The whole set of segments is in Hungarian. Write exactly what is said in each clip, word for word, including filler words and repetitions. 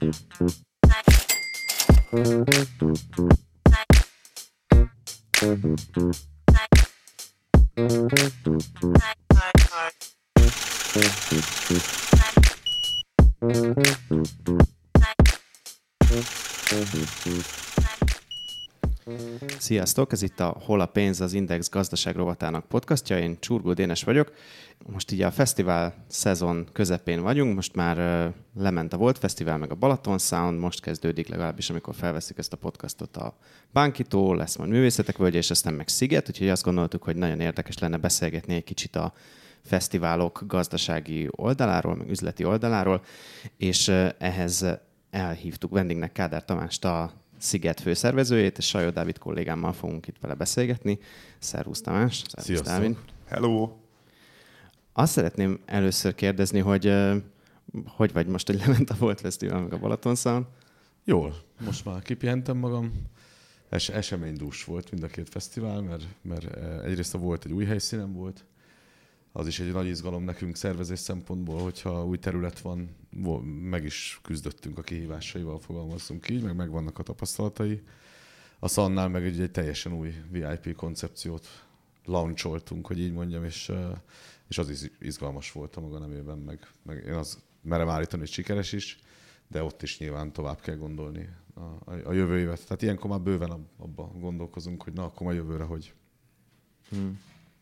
Sziasztok! Ez itt a Hol a pénz, az Index gazdaság rovatának podcastja. Én Csurgó Dénes vagyok. Most így a fesztivál szezon közepén vagyunk. Most már uh, lement a Volt Fesztivál, meg a Balaton Sound. Most kezdődik legalábbis, amikor felveszik ezt a podcastot a Bánkitó, lesz majd Művészetek Völgye, és aztán meg Sziget. Úgyhogy azt gondoltuk, hogy nagyon érdekes lenne beszélgetni egy kicsit a fesztiválok gazdasági oldaláról, meg üzleti oldaláról. És uh, ehhez elhívtuk vendégnek Kádár Tamást, a Sziget főszervezőjét, és Sajó Dávid kollégámmal fogunk itt vele beszélgetni. Szervusz Tamás. Szervusz Dávid. Hello. Azt szeretném először kérdezni, hogy hogy vagy most, hogy lement a Volt Fesztivál meg a Balaton Sound? Jól. Most már kipihentem magam. Es- eseménydús volt mind a két fesztivál, mert, mert egyrészt a Volt egy új helyszínen volt. Az is egy nagy izgalom nekünk szervezés szempontból, hogyha új terület van, meg is küzdöttünk a kihívásaival, fogalmazzunk így, meg megvannak a tapasztalatai. A Szannál meg egy, egy teljesen új vé i pé koncepciót launcholtunk, hogy így mondjam, és, és az is izgalmas volt a maga nemében, meg, meg én azt merem állítani, hogy sikeres is, de ott is nyilván tovább kell gondolni a, a, a jövő évet. Tehát ilyenkor már bőven abban gondolkozunk, hogy na, akkor a jövőre hogy. Hmm.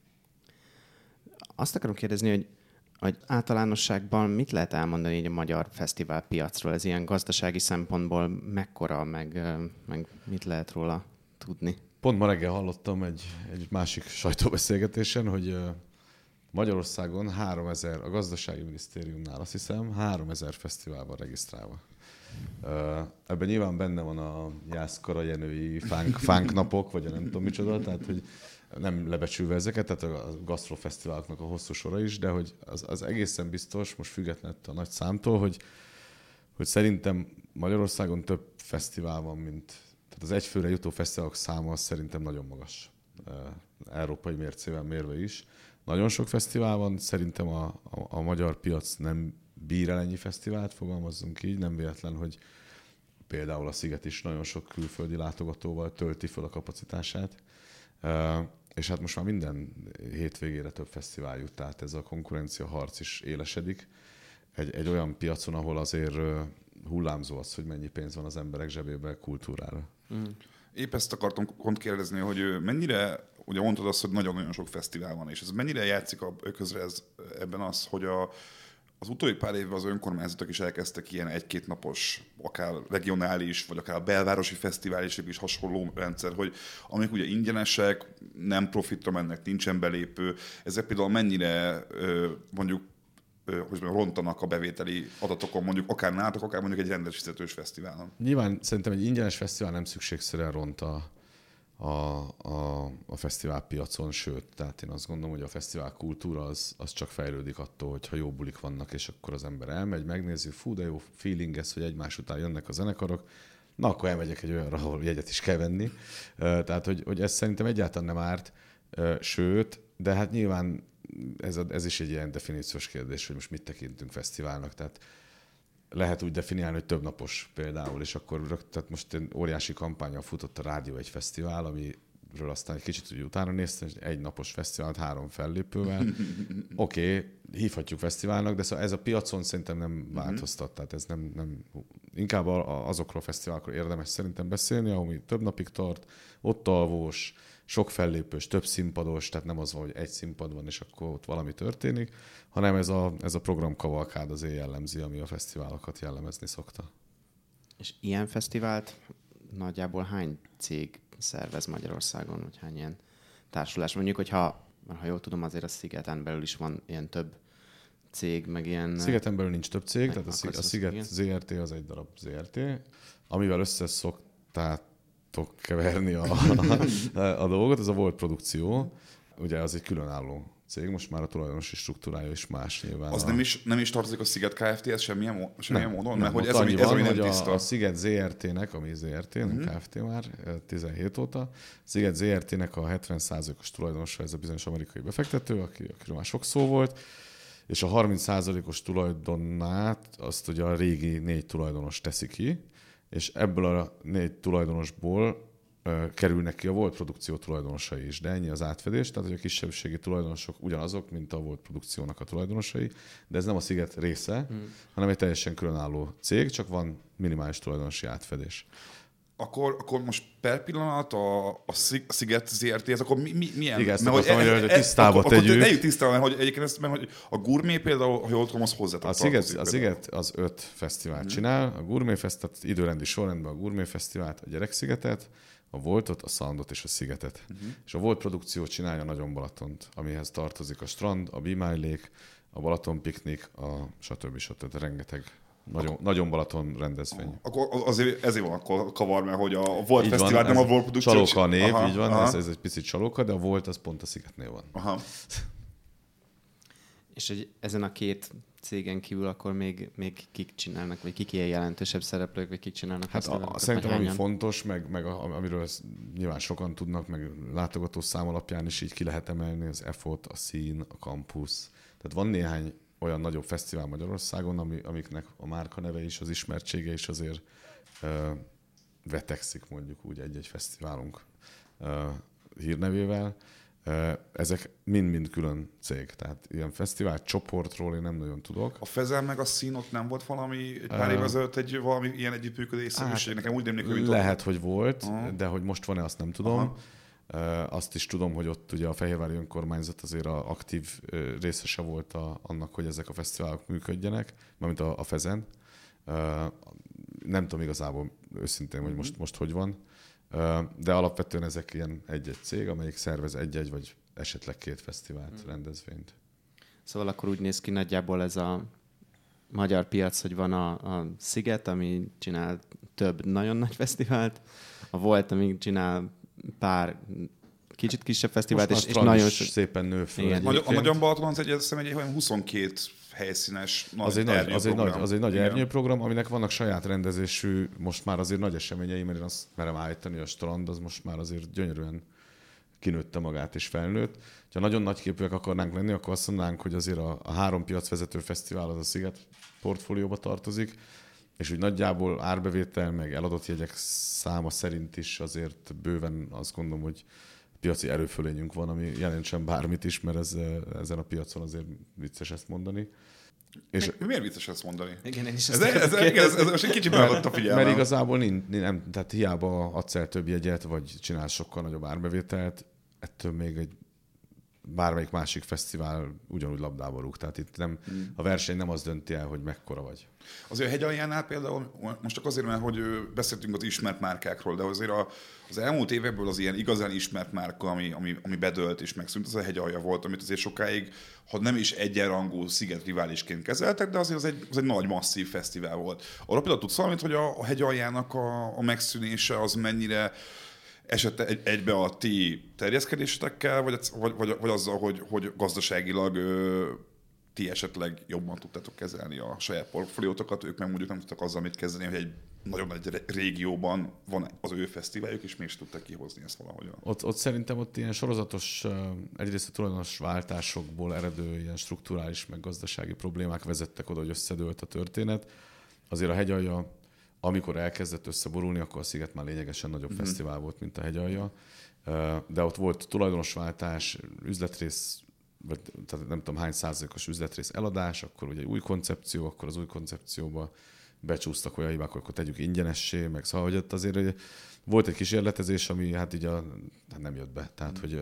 Azt akarom kérdezni, hogy, hogy általánosságban mit lehet elmondani így a magyar fesztivál piacról? Ez ilyen gazdasági szempontból mekkora, meg, meg mit lehet róla tudni? Pont ma reggel hallottam egy, egy másik sajtóbeszélgetésen, hogy Magyarországon háromezer, a gazdasági minisztériumnál azt hiszem háromezer fesztivál van regisztrálva. Ebben nyilván benne van a Jász Karajenői fánk, fánk napok, vagy a nem tudom micsoda, tehát hogy nem lebecsülve ezeket, tehát a gasztrofesztiváloknak a hosszú sora is, de hogy az, az egészen biztos, most függetlenül a nagy számtól, hogy, hogy szerintem Magyarországon több fesztivál van, mint, tehát az egyfőre jutó fesztiválok száma az szerintem nagyon magas. Európai mércével mérve is. Nagyon sok fesztivál van, szerintem a, a, a magyar piac nem bír el ennyi fesztivált, fogalmazzunk így, nem véletlen, hogy például a Sziget is nagyon sok külföldi látogatóval tölti fel a kapacitását. Uh, és hát most már minden hétvégére több fesztivál jut, tehát ez a konkurencia harc is élesedik. Egy, egy olyan piacon, ahol azért uh, hullámzó az, hogy mennyi pénz van az emberek zsebében kultúrára. Mm. Épp ezt akartam pont kérdezni, hogy mennyire, ugye mondtad azt, hogy nagyon-nagyon sok fesztivál van, és ez mennyire játszik a közre ez, ebben az, hogy a Az utóbbi pár évben az önkormányzatok is elkezdtek ilyen egy-két napos, akár regionális, vagy akár belvárosi fesztivális is hasonló rendszer, hogy amik ugye ingyenesek, nem profitra mennek, nincsen belépő, ezek például mennyire mondjuk hogy rontanak a bevételi adatokon, mondjuk akár nálatok, akár mondjuk egy rendes fizetős fesztiválon. Nyilván szerintem egy ingyenes fesztivál nem szükségszerűen ront a A, a, a fesztivál piacon, sőt, tehát én azt gondolom, hogy a fesztivál kultúra az, az csak fejlődik attól, hogyha jó bulik vannak, és akkor az ember elmegy, megnézi, fú, de jó feeling ez, hogy egymás után jönnek a zenekarok, na akkor elmegyek egy olyanra, ahol jegyet is kell venni. Tehát, hogy, hogy ez szerintem egyáltalán nem árt, sőt, de hát nyilván ez, a, ez is egy ilyen definíciós kérdés, hogy most mit tekintünk fesztiválnak, tehát lehet úgy definiálni, hogy több napos például, és akkor rögt, tehát most egy óriási kampánnyal futott a Rádió egy fesztivál, amiről aztán egy kicsit úgy utána néztem, hogy egy napos fesztivált három fellépővel. Oké, okay, hívhatjuk fesztiválnak, de szóval ez a piacon szerintem nem változtat, tehát ez nem, nem inkább azokról a fesztiválokról érdemes szerintem beszélni, ahol több napig tart, ott alvós, sok fellépős, több színpados, tehát nem az van, hogy egy színpad van, és akkor ott valami történik, hanem ez a, ez a programkavalkád azért jellemzi, ami a fesztiválokat jellemezni szokta. És ilyen fesztivált nagyjából hány cég szervez Magyarországon, vagy hány ilyen társulás? Mondjuk, hogyha, ha jól tudom, azért a Szigeten belül is van ilyen több cég, meg ilyen... Szigeten belül nincs több cég, tehát a, a Sziget igen? zé er té az egy darab zé er té, amivel összeszokták keverni a, a, a dolgot, ez a Volt Produkció, ugye az egy különálló cég, most már a tulajdonosi struktúrája is más nyilván. Az a... nem, is, nem is tartozik a Sziget Kft-hez semmilyen, semmilyen nem, módon? Nem, mert hogy ez, annyi ami, ez, van, ami nem hogy tiszta. A, a Sziget zé er té-nek, ami zé er té, nem uh-huh. Kft már, tizenhét óta, Sziget zé er té-nek a hetven százalékos tulajdonosa ez a bizonyos amerikai befektető, aki, akiről már sok szó volt, és a harminc százalékos tulajdonát azt ugye a régi négy tulajdonos teszi ki, és ebből a négy tulajdonosból uh, kerülnek ki a volt produkció tulajdonosai is, de ennyi az átfedés, tehát hogy a kisebbségi tulajdonosok ugyanazok, mint a volt produkciónak a tulajdonosai, de ez nem a Sziget része, hmm. hanem egy teljesen különálló cég, csak van minimális tulajdonosi átfedés. Akkor, akkor most per pillanat a, a Sziget zé er té, ez akkor mi, mi, milyen? Igen, ezt mert, akartam, hogy, e, hogy tisztába akkor, tegyük. Akkor tegyük tisztába, hogy egyébként ezt, mert hogy a Gourmet például, ha jól tudom, az hozzátok. A Sziget, a Sziget az öt fesztivált hmm. csinál, a Gourmet Fesztivált, időrendi sorrendben a Gourmet Fesztivált, a Gyerekszigetet, a Voltot, a Soundot és a Szigetet. Uh-huh. És a Volt produkció csinálja Nagyon Balatont, amihez tartozik a Strand, a Be My Lake, a Balaton Piknik, a stb. stb. Rengeteg nagyon, akkor, nagyon Balaton rendezvény. Akkor azért ezért van akkor kavar, mert hogy a Volt így Fesztivál van, nem a Volt produkció. Csalóka a név, aha, így van, aha. ez, ez egy picit csalóka, de a Volt az pont a Szigetnél van. Aha. És hogy ezen a két cégen kívül akkor még, még kik csinálnak, vagy kik ilyen jelentősebb szereplők, vagy kik csinálnak? Hát a, a, szerintem ami fontos, meg, meg a, amiről ezt nyilván sokan tudnak, meg látogató szám alapján is így ki lehet emelni, az e f o té, a Szín, a Campus. Tehát van néhány olyan nagyobb fesztivál Magyarországon, ami, amiknek a márka neve is, az ismertsége is azért ö, vetekszik mondjuk úgy egy-egy fesztiválunk ö, hírnevével. Ezek mind-mind külön cég, tehát ilyen fesztivál csoportról én nem nagyon tudok. A Fezel meg a Szín ott nem volt valami egy pár uh, év ezelőtt egy valami ilyen együttműködésszerűség? Hát, nekem úgy emlék, hogy lehet, ott... hogy volt, uh-huh. de hogy most van-e, azt nem tudom. Uh, azt is tudom, hogy ott ugye a Fehérvári Önkormányzat azért a aktív uh, részese volt a, annak, hogy ezek a fesztiválok működjenek, mármint a, a Fezen. Uh, nem tudom igazából őszintén, hogy most, most hogy van. De alapvetően ezek ilyen egy-egy cég, amelyik szervez egy-egy vagy esetleg két fesztivált, hmm. rendezvényt. Szóval akkor úgy néz ki nagyjából ez a magyar piac, hogy van a, a Sziget, ami csinál több nagyon nagy fesztivált, a Volt, ami csinál pár kicsit kisebb fesztivált, és, és nagyon is szépen nő föl. A Nagyon Balaton az egy, azt hiszem, egy olyan huszonkét helyszínes nagy az egy nagy, az egy nagy, az egy nagy ernyőprogram, aminek vannak saját rendezésű, most már azért nagy eseményei, mert én azt merem állítani, a Strand az most már azért gyönyörűen kinőtte magát és felnőtt. Ha nagyon nagyképűek akarnánk lenni, akkor azt mondanánk, hogy azért a, a három piacvezető fesztivál az a Sziget portfólióba tartozik, és úgy nagyjából árbevétel, meg eladott jegyek száma szerint is azért bőven azt gondolom, hogy piaci erőfölényünk van, ami jelentsen bármit is, mert ez, ezen a piacon azért vicces ezt mondani. És miért vicces ezt mondani? Igen, én is ez, ez, ez, ez, ez most egy kicsit megadott a figyelmem. Mert igazából nincs, nem, tehát hiába adsz el több jegyet, vagy csinálsz sokkal nagyobb árbevételt, ettől még egy bármelyik másik fesztivál ugyanúgy labdába rúg. Tehát itt nem, hmm. a verseny nem az dönti el, hogy mekkora vagy. Azért a Hegyaljánál például, most csak azért, mert hogy beszéltünk az ismert márkákról, de azért a, az elmúlt évekből az ilyen igazán ismert márka, ami, ami, ami bedölt és megszűnt, az a Hegyalja volt, amit azért sokáig, ha nem is egyenrangú Sziget riválisként kezeltek, de azért az egy, az egy nagy, masszív fesztivál volt. Arra például tudsz valamit, hogy a, a Hegyaljának a, a megszűnése az mennyire esett egy, egybe a ti terjeszkedésetekkel, vagy, vagy, vagy, vagy azzal, hogy, hogy gazdaságilag ö, ti esetleg jobban tudtátok kezelni a saját portfóliótokat, ők meg mondjuk nem tudtak azzal mit kezdeni, hogy egy nagyon nagy régióban van az ő fesztiváljuk, és mégis tudtak kihozni ezt valahogyan. Ott, ott szerintem ott ilyen sorozatos, egyrészt a tulajdonos váltásokból eredő ilyen strukturális meg gazdasági problémák vezettek oda, hogy összedőlt a történet. Azért a Hegyalja, amikor elkezdett összeborulni, akkor a Sziget már lényegesen nagyobb mm-hmm. fesztivál volt, mint a Hegyalja. De ott volt tulajdonosváltás, üzletrész, vagy tehát nem tudom hány százalékos üzletrész eladás, akkor ugye egy új koncepció, akkor az új koncepcióba becsúsztak olyan hibák, akkor tegyük ingyenessé, meg szóval, hogy ott azért hogy volt egy kísérletezés, ami hát így a, hát nem jött be. Tehát, hogy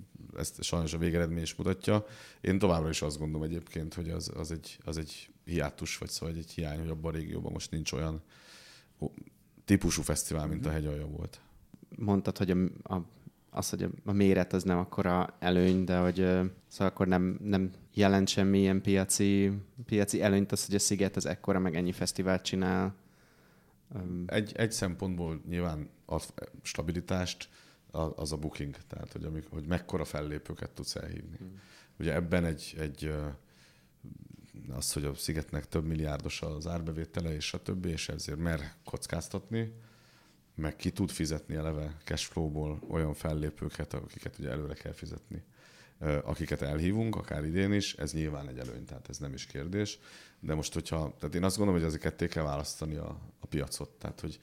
ezt sajnos a végeredmény is mutatja. Én továbbra is azt gondolom egyébként, hogy az, az, egy, az egy hiátus, vagy szóval egy hiány, hogy abban a régióban most nincs olyan típusú fesztivál, mint a Hegyalja volt. Mondtad, hogy a, a, az, hogy a méret az nem akkora előny, de hogy szóval akkor nem, nem jelent semmilyen piaci, piaci előnyt az, hogy a Sziget az ekkora, meg ennyi fesztivált csinál. Egy, egy szempontból nyilván a stabilitást az a booking, tehát hogy, amik, hogy mekkora fellépőket tudsz elhívni. Hmm. Ugye ebben egy, egy az, hogy a Szigetnek több milliárdos az árbevétele, és a többi, és ezért mer kockáztatni, meg ki tud fizetni eleve cashflow-ból olyan fellépőket, akiket ugye előre kell fizetni. akiket elhívunk, akár idén is, ez nyilván egy előny, tehát ez nem is kérdés. De most, hogyha, tehát én azt gondolom, hogy azért ketté kell választani a, a piacot. Tehát, hogy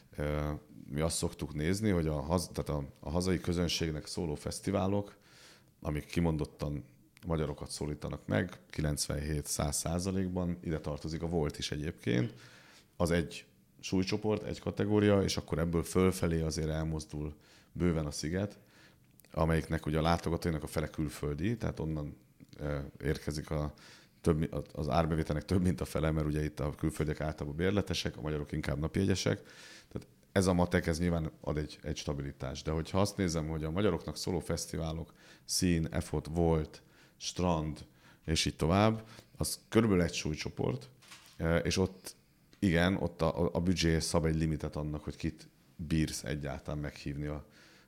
e, mi azt szoktuk nézni, hogy a, haz, tehát a, a hazai közönségnek szóló fesztiválok, amik kimondottan magyarokat szólítanak meg, kilencvenhét-száz százalékban, ide tartozik a Volt is egyébként, az egy súlycsoport, egy kategória, és akkor ebből fölfelé azért elmozdul bőven a Sziget, amelyiknek ugye a látogatóinak a fele külföldi, tehát onnan érkezik a több, az árbevételnek több, mint a fele, mert ugye itt a külföldiek általában bérletesek, a magyarok inkább napjegyesek. Tehát ez a matek, ez nyilván ad egy, egy stabilitást. De hogyha azt nézem, hogy a magyaroknak szóló fesztiválok, Szín, Efot, Volt, Strand, és így tovább, az körülbelül egy súlycsoport, és ott igen, ott a, a büdzsé szab egy limitet annak, hogy kit bírsz egyáltalán meghívni a,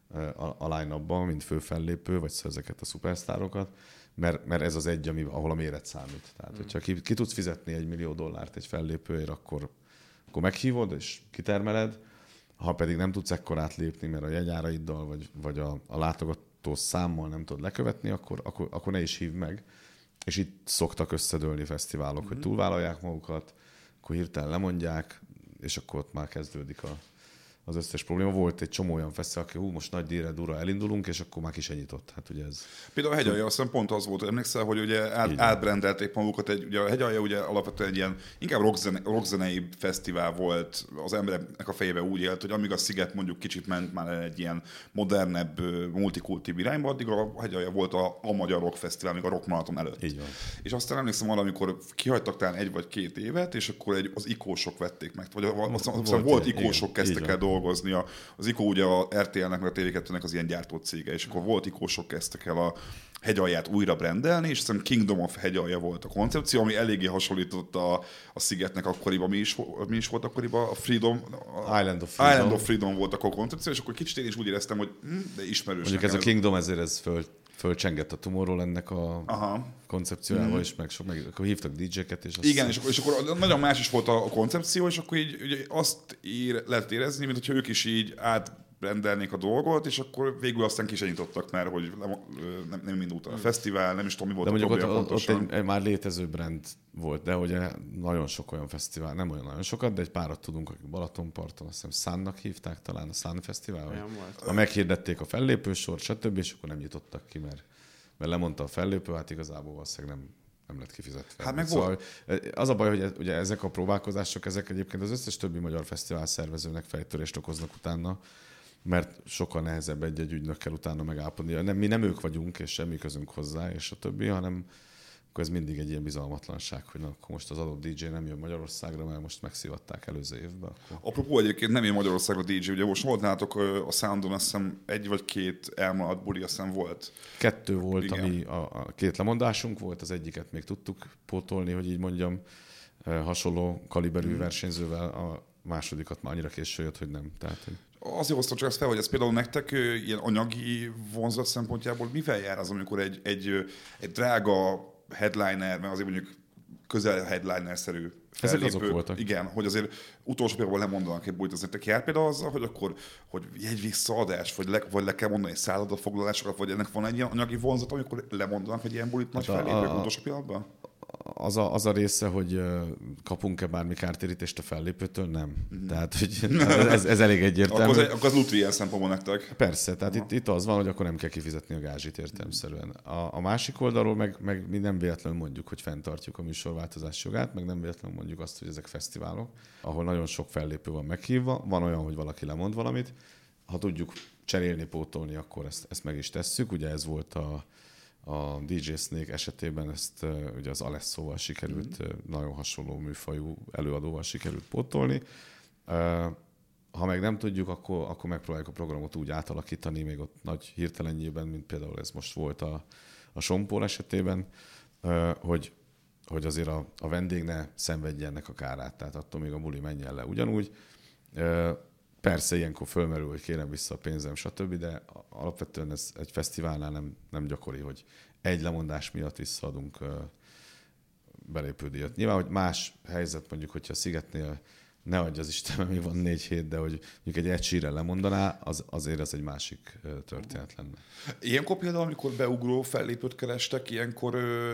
a, a line-upba, mint főfellépő, vagy szóval ezeket a szupersztárokat, mert, mert ez az egy, ami, ahol a méret számít. Tehát, mm. hogyha ki, ki tudsz fizetni egy millió dollárt egy fellépőért, akkor, akkor meghívod, és kitermeled, ha pedig nem tudsz ekkorát lépni, mert a jegyáraiddal, vagy, vagy a, a látogató számmal nem tudod lekövetni, akkor, akkor, akkor ne is hívd meg. És itt szoktak összedőlni fesztiválok, mm. hogy túlvállalják magukat, akkor hirtelen lemondják, és akkor ott már kezdődik a, az összes probléma. Volt egy csomó olyan fesztivál, aki hú, most nagy díjra, durra elindulunk, és akkor már kisenyított. Hát ugye ez... Például a Hegyalja, azt hiszem pont az volt, emlékszel, hogy ugye át, átbrendelték magukat, egy, ugye a Hegyalja ugye alapvetően egy ilyen inkább rockzene, rockzenei fesztivál volt, az embernek a fejébe úgy élt, hogy amíg a Sziget mondjuk kicsit ment már egy ilyen modernebb, multikultív irányba, addig a Hegyalja volt a, a magyar rockfesztivál, még a Rock Marathon előtt. Így van. És aztán emlékszem arra, amikor kihagytak talán egy vagy két évet, és akkor egy, az ikósok vették meg, vagy azt hiszem volt ikósok kezdtek el dolgozni. Az ikó ugye a er té el-nek, meg a té vé kettőnek az ilyen gyártó cége, és akkor volt ikósok kezdtek el a Hegyalját újra brendelni, és aztán Kingdom of Hegyalja volt a koncepció, ami eléggé hasonlított a, a Szigetnek akkoriban. Mi is, mi is volt akkoriban? A Freedom, a Island of Freedom. Island of Freedom volt a koncepció, és akkor kicsit én is úgy éreztem, hogy hm, de ismerős. Mondjuk ez a Kingdom, ezért ez föl, fölcsengett a Tomorrowlandnek a Aha. koncepciójával, mm. és meg, sok, meg akkor hívtak dé dzseket. És igen, és akkor, és akkor nagyon más is volt a, a koncepció, és akkor így ugye azt ér, lehet érezni, mint hogyha ők is így átrendelnék a dolgot, és akkor végül aztán kisenyítottak, mert hogy nem, nem indult a fesztivál, nem is tudom, mi volt de a mondjuk probléma ott, pontosan. ott egy, egy már létező brand volt, de ugye nagyon sok olyan fesztivál, nem olyan nagyon sokat, de egy párat tudunk, akik Balatonparton, azt hiszem Sunnak hívták talán, a Sun Fesztivál, ha meghirdették a fellépősort, stb., és akkor nem nyitottak ki, mert, mert lemondta a fellépő, hát igazából valószínűleg nem, nem lett kifizetve. Hát meg szóval az a baj, hogy ugye ezek a próbálkozások, ezek egyébként az összes többi magyar fesztivál szervezőnek fejtörést okoznak utána, mert sokkal nehezebb egy-egy ügynökkel utána megállapodni. Nem, mi nem ők vagyunk, és semmi közünk hozzá, és a többi, hanem akkor ez mindig egy ilyen bizalmatlanság, hogy na, akkor most az adott dé dzsé nem jön Magyarországra, mert most megszivatták előző évben. Akkor... Apropó, egyébként nem jön Magyarországra dé dzsé, ugye most volt nálatok a Soundon, azt hiszem egy vagy két elmaradt buli, azt hiszem volt. Kettő volt, igen. Ami a, a két lemondásunk volt, az egyiket még tudtuk pótolni, hogy így mondjam, hasonló kaliberű hmm. versenyzővel, a másodikat már annyira késő jött, hogy nem. Tehát, hogy... Azért hoztam csak ezt fel, hogy ez például nektek ilyen anyagi vonzat szempontjából mivel jár az, amikor egy, egy, egy drága headliner, mert azért mondjuk közel headliner-szerű fellépő. Ezek azok voltak. Igen, hogy azért utolsó pillanatban lemondanak egy bulit. Azért jár például azzal, hogy akkor hogy egy visszaadás, vagy le, vagy le kell mondani egy szállodatfoglalásokat, vagy ennek van egy ilyen anyagi vonzat, amikor lemondanak egy ilyen bulit nagy hát fellépők utolsó pillanatban? Az a, az a része, hogy kapunk-e bármi kártérítést a fellépőtől, nem. Mm. Tehát, hogy ez, ez elég egyértelmű. Akkor az, akkor az lutri ilyen szempontból nektek. Persze, tehát itt, itt az van, hogy akkor nem kell kifizetni a gázsit értelemszerűen. A, a másik oldalról meg, meg mi nem véletlenül mondjuk, hogy fenntartjuk a műsorváltozás jogát, meg nem véletlenül mondjuk azt, hogy ezek fesztiválok, ahol nagyon sok fellépő van meghívva. Van olyan, hogy valaki lemond valamit. Ha tudjuk cserélni, pótolni, akkor ezt, ezt meg is tesszük. Ugye ez volt a A dé dzsé Snake esetében ezt uh, ugye az Alesszóval sikerült, mm. uh, nagyon hasonló műfajú előadóval sikerült pótolni. Uh, ha meg nem tudjuk, akkor, akkor megpróbáljuk a programot úgy átalakítani, még ott nagy hirtelenjében, mint például ez most volt a, a Sompol esetében, uh, hogy, hogy azért a, a vendég ne szenvedje ennek a kárát, tehát attól még a buli menjen le ugyanúgy. Uh, Persze ilyenkor fölmerül, hogy kérem vissza a pénzem, stb., de alapvetően ez egy fesztiválnál nem, nem gyakori, hogy egy lemondás miatt visszaadunk belépődíjat. Nyilván, hogy más helyzet mondjuk, hogyha a Szigetnél ne adj az Isten, mert még van négy hét, de hogy mondjuk egy Ed Sheeran lemondaná, az, azért ez egy másik történet lenne. Ilyenkor például, amikor beugró fellépőt kerestek, ilyenkor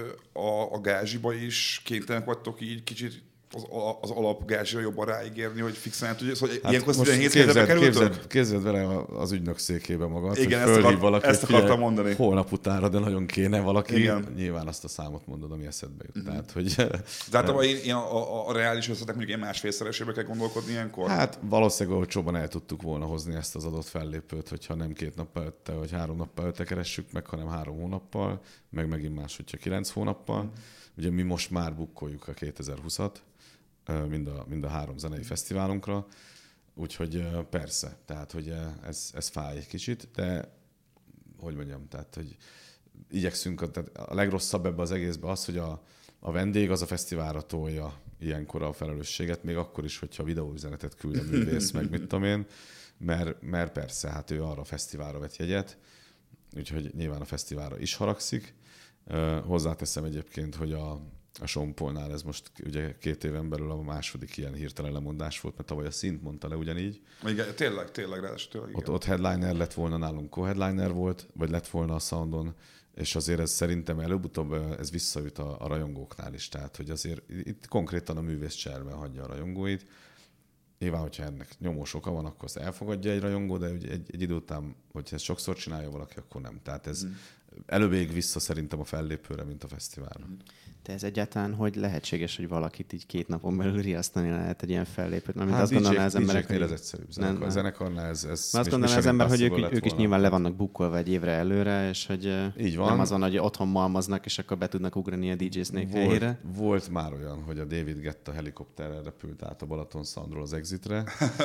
a, a gázsiba is kénytelenek vagytok így kicsit az, az alapgázsira jobban ráígérni, hogy fixen el tudja. Szóval hát ilyenkor most képzeld, képzeld, képzeld vele az ügynök székébe magad, igen, hogy fölhív valaki, ezt akartam mondani. Holnap utára, de nagyon kéne valaki. Igen. Nyilván azt a számot mondod, ami eszedbe jut. Mm-hmm. Tehát, hogy... De általában én, én a, a, a reális összetek mondjuk én másfélszeresébe kell gondolkodni ilyenkor? Hát valószínűleg olcsóban el tudtuk volna hozni ezt az adott fellépőt, hogyha nem két nap előtte, vagy három nap előtte keressük meg, hanem három hónappal, meg megint más, hogyha kilenc hónappal. Mm. Ugye mi most már bukkoljuk a kétezer-húszat, mind a, mind a három zenei fesztiválunkra, úgyhogy persze, tehát hogy ez, ez fáj egy kicsit, de hogy mondjam, tehát hogy igyekszünk, tehát a legrosszabb ebbe az egészben az, hogy a, a vendég az a fesztiválra tolja ilyenkor a felelősséget, még akkor is, hogyha videóüzenetet küld a művész, meg mit tudom én, mert, mert persze, hát ő arra a fesztiválra vett jegyet, úgyhogy nyilván a fesztiválra is haragszik. Hozzáteszem egyébként, hogy a A Sean Paulnál ez most ugye két éven belül a második ilyen hirtelen lemondás volt, mert tavaly a Szint mondta le ugyanígy. Igen, tényleg, tényleg, ráadásul tényleg, igen. Ott, ott headliner lett volna, nálunk co-headliner volt, vagy lett volna a Soundon, és azért ez szerintem előbb-utóbb ez visszaüt a, a rajongóknál is. Tehát, hogy azért itt konkrétan a művész cserben hagyja a rajongóit. Nyilván, hogyha ennek nyomós oka van, akkor azt elfogadja egy rajongó, de egy, egy idő után, hogyha ezt sokszor csinálja valaki, akkor nem. Tehát ez mm. előbb ég vissza szerintem a fellépőre, mint a fesztiválra. De ez egyáltalán hogy lehetséges, hogy valakit így két napon belül riasztani lehet egy ilyen fellépőt? Mert hát azt gondolná az emberek, hogy... ez egyszerűbb. Zenekar, nem, a zenekarnál ez... ez azt gondolná az ember, hogy ők, ők is nyilván le vannak bukkolva egy évre előre, és hogy így van. Nem azon, hogy otthon malmaznak, és akkor be tudnak ugrani a dé jé Snake helyére. Volt már olyan, hogy a David Guetta helikopterrel repült át a Balaton Soundról az Exitre,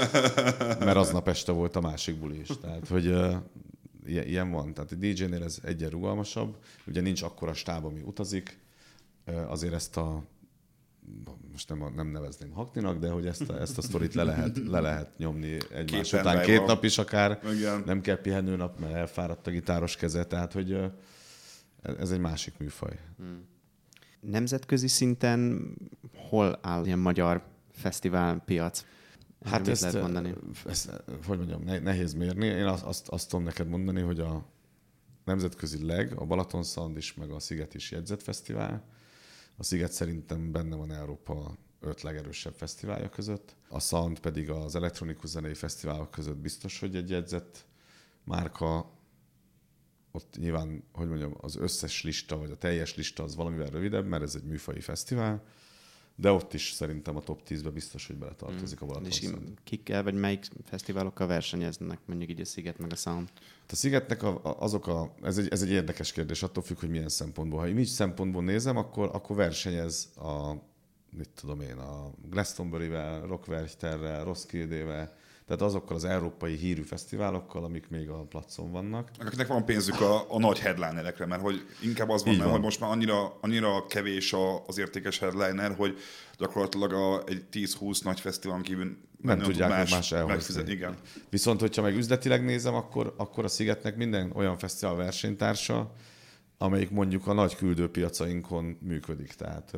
mert aznap este volt a másik buli is. Tehát, hogy uh, ilyen van. Tehát a dé jé-nél ez egyen rugalmasabb. Ugye nincs akkora stáb, ami utazik. Azért ezt a, most nem, nem nevezném hakninak, de hogy ezt a, ezt a sztorit le lehet, le lehet nyomni egymás két után két van. Nap is akár. Igen. Nem kell pihenőnap, mert elfáradt a gitáros keze, tehát hogy ez egy másik műfaj. Hmm. Nemzetközi szinten hol áll ilyen magyar fesztiválpiac? Hát ezt, lehet mondani? ezt, hogy mondjam, nehéz mérni. Én azt, azt, azt tudom neked mondani, hogy a nemzetközileg a Balaton Sound is, meg a Sziget is jegyzett fesztivál. A Sziget szerintem benne van Európa öt legerősebb fesztiválja között. A Sound pedig az elektronikus zenei fesztiválok között biztos, hogy egy jegyzett márka. Ott nyilván, hogy mondjam, az összes lista, vagy a teljes lista az valamivel rövidebb, mert ez egy műfaji fesztivál. De ott is szerintem a top tízbe biztos, hogy beletartozik a Balaton Sound. És kikkel, vagy melyik fesztiválokkal versenyeznek, mondjuk így a Sziget meg a Sound? A Szigetnek a, a, azok a, ez egy, ez egy érdekes kérdés, attól függ, hogy milyen szempontból. Ha én így szempontból nézem, akkor, akkor versenyez a, mit tudom én, a Glastonbury-vel, Rockwerchterrel, Roskilde-vel, tehát azokkal az európai hírű fesztiválokkal, amik még a placon vannak. Akiknek van pénzük a, a nagy headlinerekre, mert hogy inkább az van, van. hogy most már annyira, annyira kevés a, az értékes headliner, hogy gyakorlatilag a, egy tíz-húsz nagy fesztiválon kívül nem, nem tudják más, más elhozni. Igen. Viszont, hogyha meg üzletileg nézem, akkor, akkor a Szigetnek minden olyan fesztivál versenytársa, amelyik mondjuk a nagy küldőpiacainkon működik. Tehát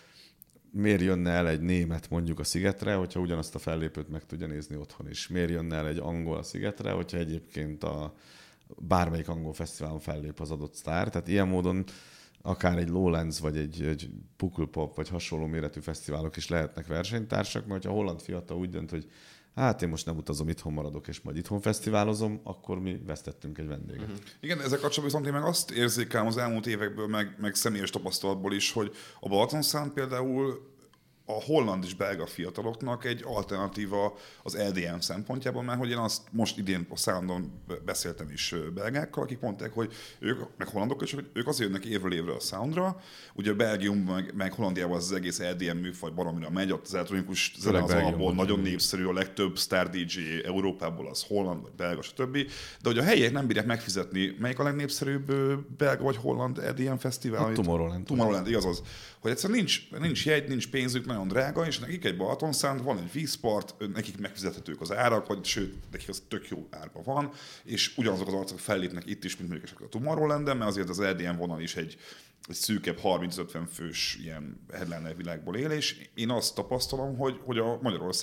miért jönne el egy német mondjuk a Szigetre, hogyha ugyanazt a fellépőt meg tudja nézni otthon is? Miért jönne el egy angol a Szigetre, hogyha egyébként a bármelyik angol fesztiválon fellép az adott sztár? Tehát ilyen módon akár egy Lowlands, vagy egy, egy Pukkelpop, vagy hasonló méretű fesztiválok is lehetnek versenytársak, mert ha a holland fiatal úgy dönt, hogy hát én most nem utazom, itthon maradok, és majd itthon fesztiválozom, akkor mi vesztettünk egy vendéget. Uh-huh. Igen, ezek kapcsolatban viszont én meg azt érzékelem az elmúlt évekből, meg, meg személyes tapasztalatból is, hogy a Balaton Sound például a holland és belga fiataloknak egy alternatíva az el dé em szempontjában, mert hogy én azt most idén a Soundon beszéltem is belgákkal, akik mondták, hogy ők, meg hollandok is, hogy ők azért jönnek évről évre a Soundra. Ugye Belgiumban, meg, meg Hollandiában az, az egész el dé em műfaj baromira megy, ott az elektronikus zene az alapból nagyon népszerű, a legtöbb Star dé jé Európából az holland, vagy belga, stb. De hogy a helyiek nem bírják megfizetni, melyik a legnépszerűbb belga vagy holland el dé em fesztivál? A Tomorrowland. Tomorrowland, igaz az. Hogy egyszerűen nincs, nincs jegy, nincs pénzük, nagyon drága, és nekik egy Balaton Sound, van egy vízpart, nekik megfizethetők az árak, vagy sőt, nekik az tök jó árban van, és ugyanazok az arcok fellépnek itt is, mint mondjuk a Tomorrowland-en, mert azért az el dé em vonal is egy, egy szűkebb harminc-ötven fős ilyen headliner világból él, és én azt tapasztalom, hogy, hogy a Magyarország egy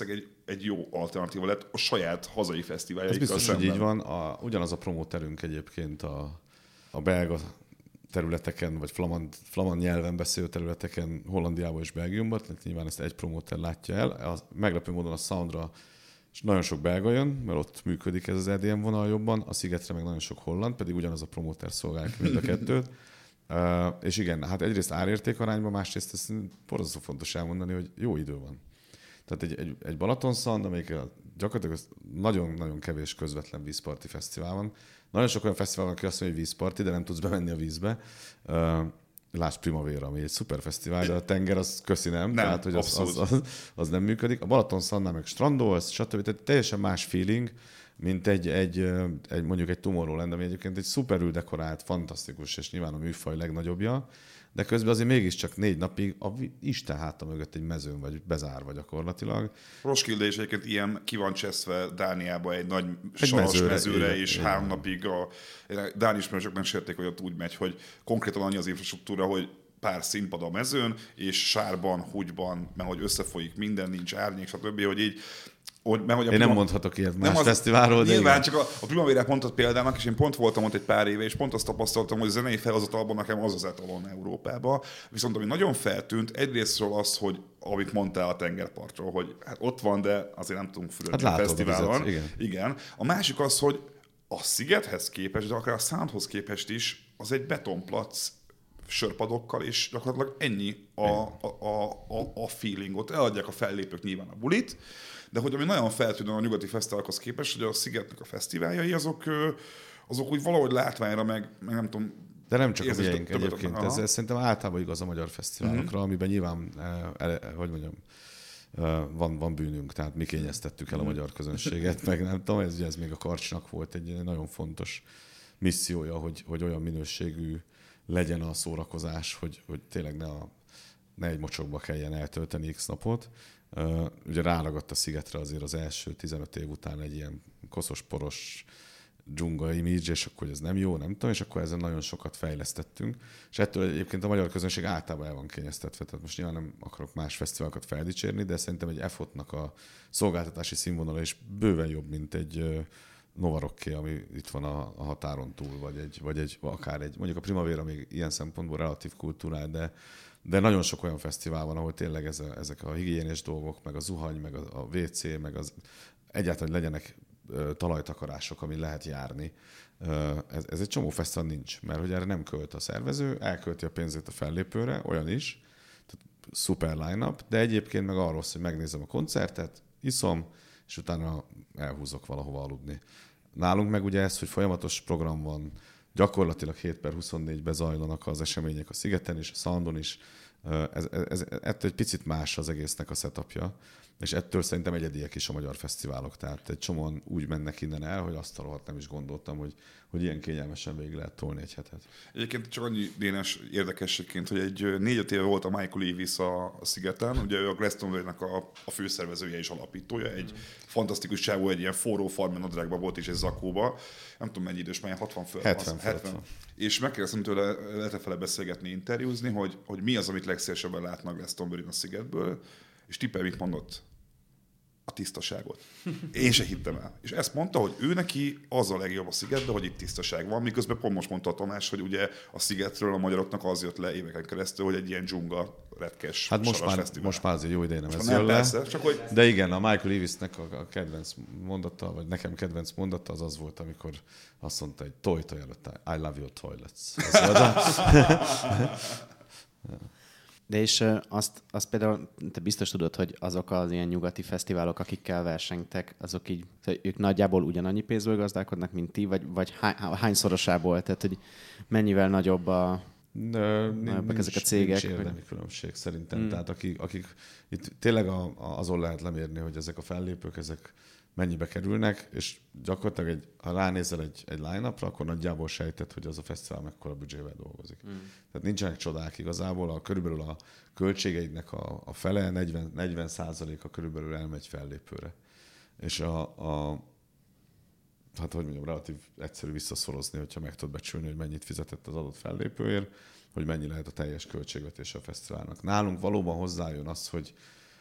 egy jó alternatíva lett a saját hazai fesztiváljaikkal Ez biztos, szemben. hogy így van. A, ugyanaz a promóterünk egyébként a, a belga területeken, vagy flamand, flamand nyelven beszélő területeken, Hollandiában és Belgiumban, tehát nyilván ezt egy promóter látja el. A, meglepő módon a Soundra és nagyon sok belga jön, mert ott működik ez az E D M vonal jobban, a Szigetre meg nagyon sok holland, pedig ugyanaz a promóter szolgálja mind a kettőt. Uh, és igen, hát egyrészt árérték arányban, másrészt ezt borzasztó fontos elmondani, hogy jó idő van. Tehát egy, egy, egy Balatonszand, amelyik gyakorlatilag nagyon-nagyon kevés közvetlen vízparti fesztivál van. Nagyon sok olyan fesztivál van, aki azt mondja, hogy vízparti, de nem tudsz bemenni a vízbe. Uh, Lásd Primavera, ami egy szuper fesztivál, de a tenger az köszi nem, nem tehát hogy az, az, az, az nem működik. A Balatonszandnál meg strandolsz, stb. Tehát teljesen más feeling, mint egy, egy, egy mondjuk egy Tomorrowland, ami egyébként egy szuperül dekorált, fantasztikus, és nyilván a műfaj legnagyobbja, de közben azért mégiscsak négy napig a Isten háta mögött egy mezőn vagy bezárva gyakorlatilag. Roskilde is egyébként ilyen ki van cseszve Dániába egy nagy egy saras mezőre, mezőre igen, és igen. három napig a dán ismerősök nem sérték, hogy ott úgy megy, hogy konkrétan annyi az infrastruktúra, hogy pár színpad a mezőn, és sárban, húgyban, mert hogy összefolyik minden, nincs árnyék, stb., hogy így Hogy, mert, hogy én prima... nem mondhatok ilyet más az, fesztiválról, de nyilván csak a, a Primaverát mondtad példának, és én pont voltam ott egy pár éve, és pont azt tapasztaltam, hogy a zenei felhozatalban nekem az az etalon Európában. Viszont ami nagyon feltűnt, egyrésztről az, hogy amit mondtál a tengerpartról, hogy hát ott van, de azért nem tudunk fürödni hát a fesztiválon. A igen. igen. A másik az, hogy a Szigethez képest, de akár a Soundhoz képest is, az egy betonplac sörpadokkal, és gyakorlatilag ennyi a, a, a, a, a feelingot. Eladják a fellépők nyilván a bulit, de hogy ami nagyon feltűnő a nyugati fesztiválokhoz képest, hogy a Szigetnek a fesztiváljai, azok, azok úgy valahogy látványra, meg, meg nem tudom... De nem csak a miénk egyébként. Ez, ez szerintem általában igaz a magyar fesztiválokra, uh-huh. amiben nyilván, eh, hogy mondjam, eh, van, van bűnünk, tehát mi kényeztettük el a magyar közönséget, meg nem tudom, ez, ez még a Karcsnak volt egy nagyon fontos missziója, hogy, hogy olyan minőségű legyen a szórakozás, hogy, hogy tényleg ne, a, ne egy mocsokba kelljen eltölteni x napot. Uh, ugye ráragadt a Szigetre azért az első tizenöt év után egy ilyen koszos-poros dzsunga image, és akkor ez nem jó, nem tudom, és akkor ezen nagyon sokat fejlesztettünk. És ettől egyébként a magyar közönség általában el van kényeztetve. Tehát most nyilván nem akarok más fesztiválokat feldicsérni, de szerintem egy F hat-nak a szolgáltatási színvonala is bőven jobb, mint egy uh, Nova Rocké, ami itt van a, a határon túl, vagy egy, vagy egy, akár egy, mondjuk a Primavera még ilyen szempontból relatív kultúrál, de De nagyon sok olyan fesztivál van, ahol tényleg ez a, ezek a higiénés dolgok, meg a zuhany, meg a, a vé cé, meg az egyáltalán legyenek ö, talajtakarások, amin lehet járni. Ö, ez, ez egy csomó fesztivál nincs, mert hogy erre nem költ a szervező, elkölti a pénzét a fellépőre, olyan is, tehát szuper line-up, de egyébként meg arról, hogy megnézem a koncertet, iszom, és utána elhúzok valahova aludni. Nálunk meg ugye ez, hogy folyamatos program van, gyakorlatilag hét per huszonnégy zajlanak az események a Szigeten is, a Soundon is. Ez, ez, ez, ettől egy picit más az egésznek a setupja, és ettől szerintem egyediek is a magyar fesztiválok. Tehát egy csomóan úgy mennek innen el, hogy azt a rohadt nem is gondoltam, hogy, hogy ilyen kényelmesen végig lehet tolni egy hetet. Egyébként csak annyi dénes érdekességként, hogy egy négy-öt éve volt a Michael Lewis a, a Szigeten, ugye ő a Glastonbury-nek a, a főszervezője és alapítója, egy mm. fantasztikus csávó, egy ilyen forró farmer nadrágban volt és egy zakóba. Nem tudom mennyi idős, már hatvan föl. hetven, hetven. És megkérdeztem tőle, lehet-e fele beszélgetni, interjúzni, hogy, hogy mi az, amit legszélesebben látnak Glastonbury-n a Szigetből, és tippel, mit mondott? A tisztaságot. Én se hittem el. És ezt mondta, hogy ő neki az a legjobb a Szigetben, hogy itt tisztaság van, miközben pont most mondta a Tamás, hogy ugye a Szigetről a magyaroknak az jött le éveken keresztül, hogy egy ilyen dzsunga, retkes, hát most már, fesztivál. most már azért jó ideje nem ez jön le. Persze, csak hogy... De igen, a Michael Lewisnek a, a kedvenc mondata, vagy nekem kedvenc mondata az az volt, amikor azt mondta, hogy toj, toj előtt, I love your toilets. De és azt, azt például te biztos tudod, hogy azok az ilyen nyugati fesztiválok, akikkel versengtek, azok így, ők nagyjából ugyanannyi pénzből gazdálkodnak, mint ti, vagy, vagy hány, hányszorosából? Tehát, hogy mennyivel nagyobb a, de, nincs, ezek a cégek? Nincs érdemi vagy... különbség szerintem. Hmm. Tehát akik, akik itt tényleg a, a, azon lehet lemérni, hogy ezek a fellépők, ezek mennyibe kerülnek, és gyakorlatilag, egy, ha ránézel egy, egy line-upra, akkor nagyjából sejted, hogy az a fesztivál mekkora büdzsével dolgozik. Mm. Tehát nincsenek csodák igazából, a, körülbelül a költségeidnek a, a fele, negyven, negyven százaléka körülbelül elmegy fellépőre. És a, a hát hogy mondjam, relatív egyszerű visszaszorozni, hogyha meg tudod becsülni, hogy mennyit fizetett az adott fellépőért, hogy mennyi lehet a teljes költségvetése a fesztiválnak. Nálunk valóban hozzájön az, hogy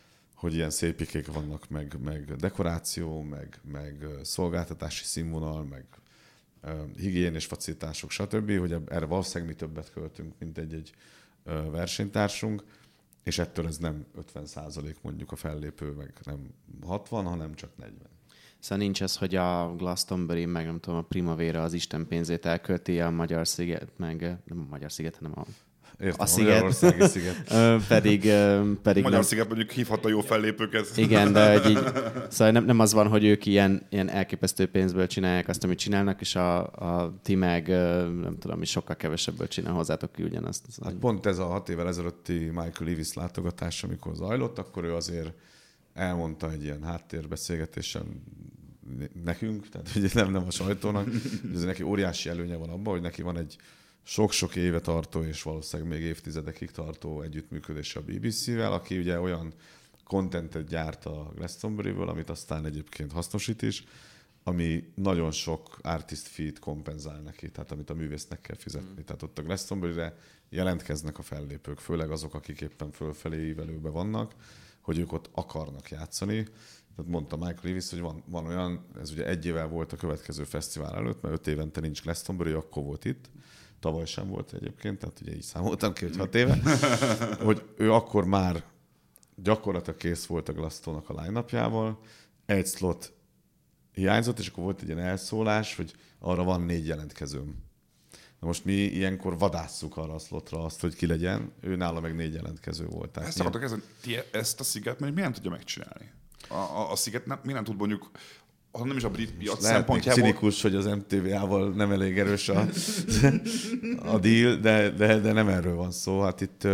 hogy ilyen szépikék vannak, meg, meg dekoráció, meg, meg szolgáltatási színvonal, meg uh, higiénés facilitások, stb., hogy erre valószínűleg mi többet költünk, mint egy-egy uh, versenytársunk, és ettől ez nem ötven százalék mondjuk a fellépő, meg nem hatvan, hanem csak negyven. Szóval nincs ez, hogy a Glastonbury, meg nem tudom, a Primavera az Isten pénzét elkölti, a Magyar Sziget, meg nem a Magyar Sziget, hanem a, Értem, a sziget. a sziget. pedig, pedig Magyar nem... Sziget mondjuk hívhatta jó fellépőket. Igen, de hogy így, szóval nem, nem az van, hogy ők ilyen, ilyen elképesztő pénzből csinálják azt, amit csinálnak, és a, a ti meg, nem tudom, mi sokkal kevesebből csinál hozzátok ki ugyanazt. Hát hogy... Pont ez a hat évvel ezelőtti Michael Lewis látogatás, amikor zajlott, akkor ő azért elmondta egy ilyen háttérbeszélgetésen nekünk, tehát ugye nem, nem a sajtónak, hogy neki óriási előnye van abban, hogy neki van egy sok-sok éve tartó, és valószínűleg még évtizedekig tartó együttműködés a bé bé cé-vel, aki ugye olyan contentet gyárt a Glastonburyből, amit aztán egyébként hasznosít is, ami nagyon sok artist fee-t kompenzál neki, tehát amit a művésznek kell fizetni. Mm. Tehát ott a Glastonburyre jelentkeznek a fellépők, főleg azok, akik éppen fölfelé ívelőben vannak, hogy ők ott akarnak játszani. Tehát mondta Michael Lewis, hogy van, van olyan, ez ugye egy évvel volt a következő fesztivál előtt, mert öt évente nincs Glastonbury, akkor volt itt. Tavaly sem volt egyébként, tehát ugye így számoltam ki, hogy hat éve. Hogy ő akkor már gyakorlatilag kész volt a Glastonnak a line-upjával, egy slot hiányzott, és akkor volt egy ilyen elszólás, hogy arra van négy jelentkezőm. Na most mi ilyenkor vadásszuk arra a slotra azt, hogy ki legyen, ő nála meg négy jelentkező volt. Tehát ezt akartok ezen, ti ezt a Sziget mert miért nem tudja megcsinálni? A, a, a Sziget nem, miért nem tud mondjuk, ha nem is a brit piac szempontjából... Cinikus, hogy az em té vé-ával nem elég erős a, a deal, de, de, de nem erről van szó. Hát itt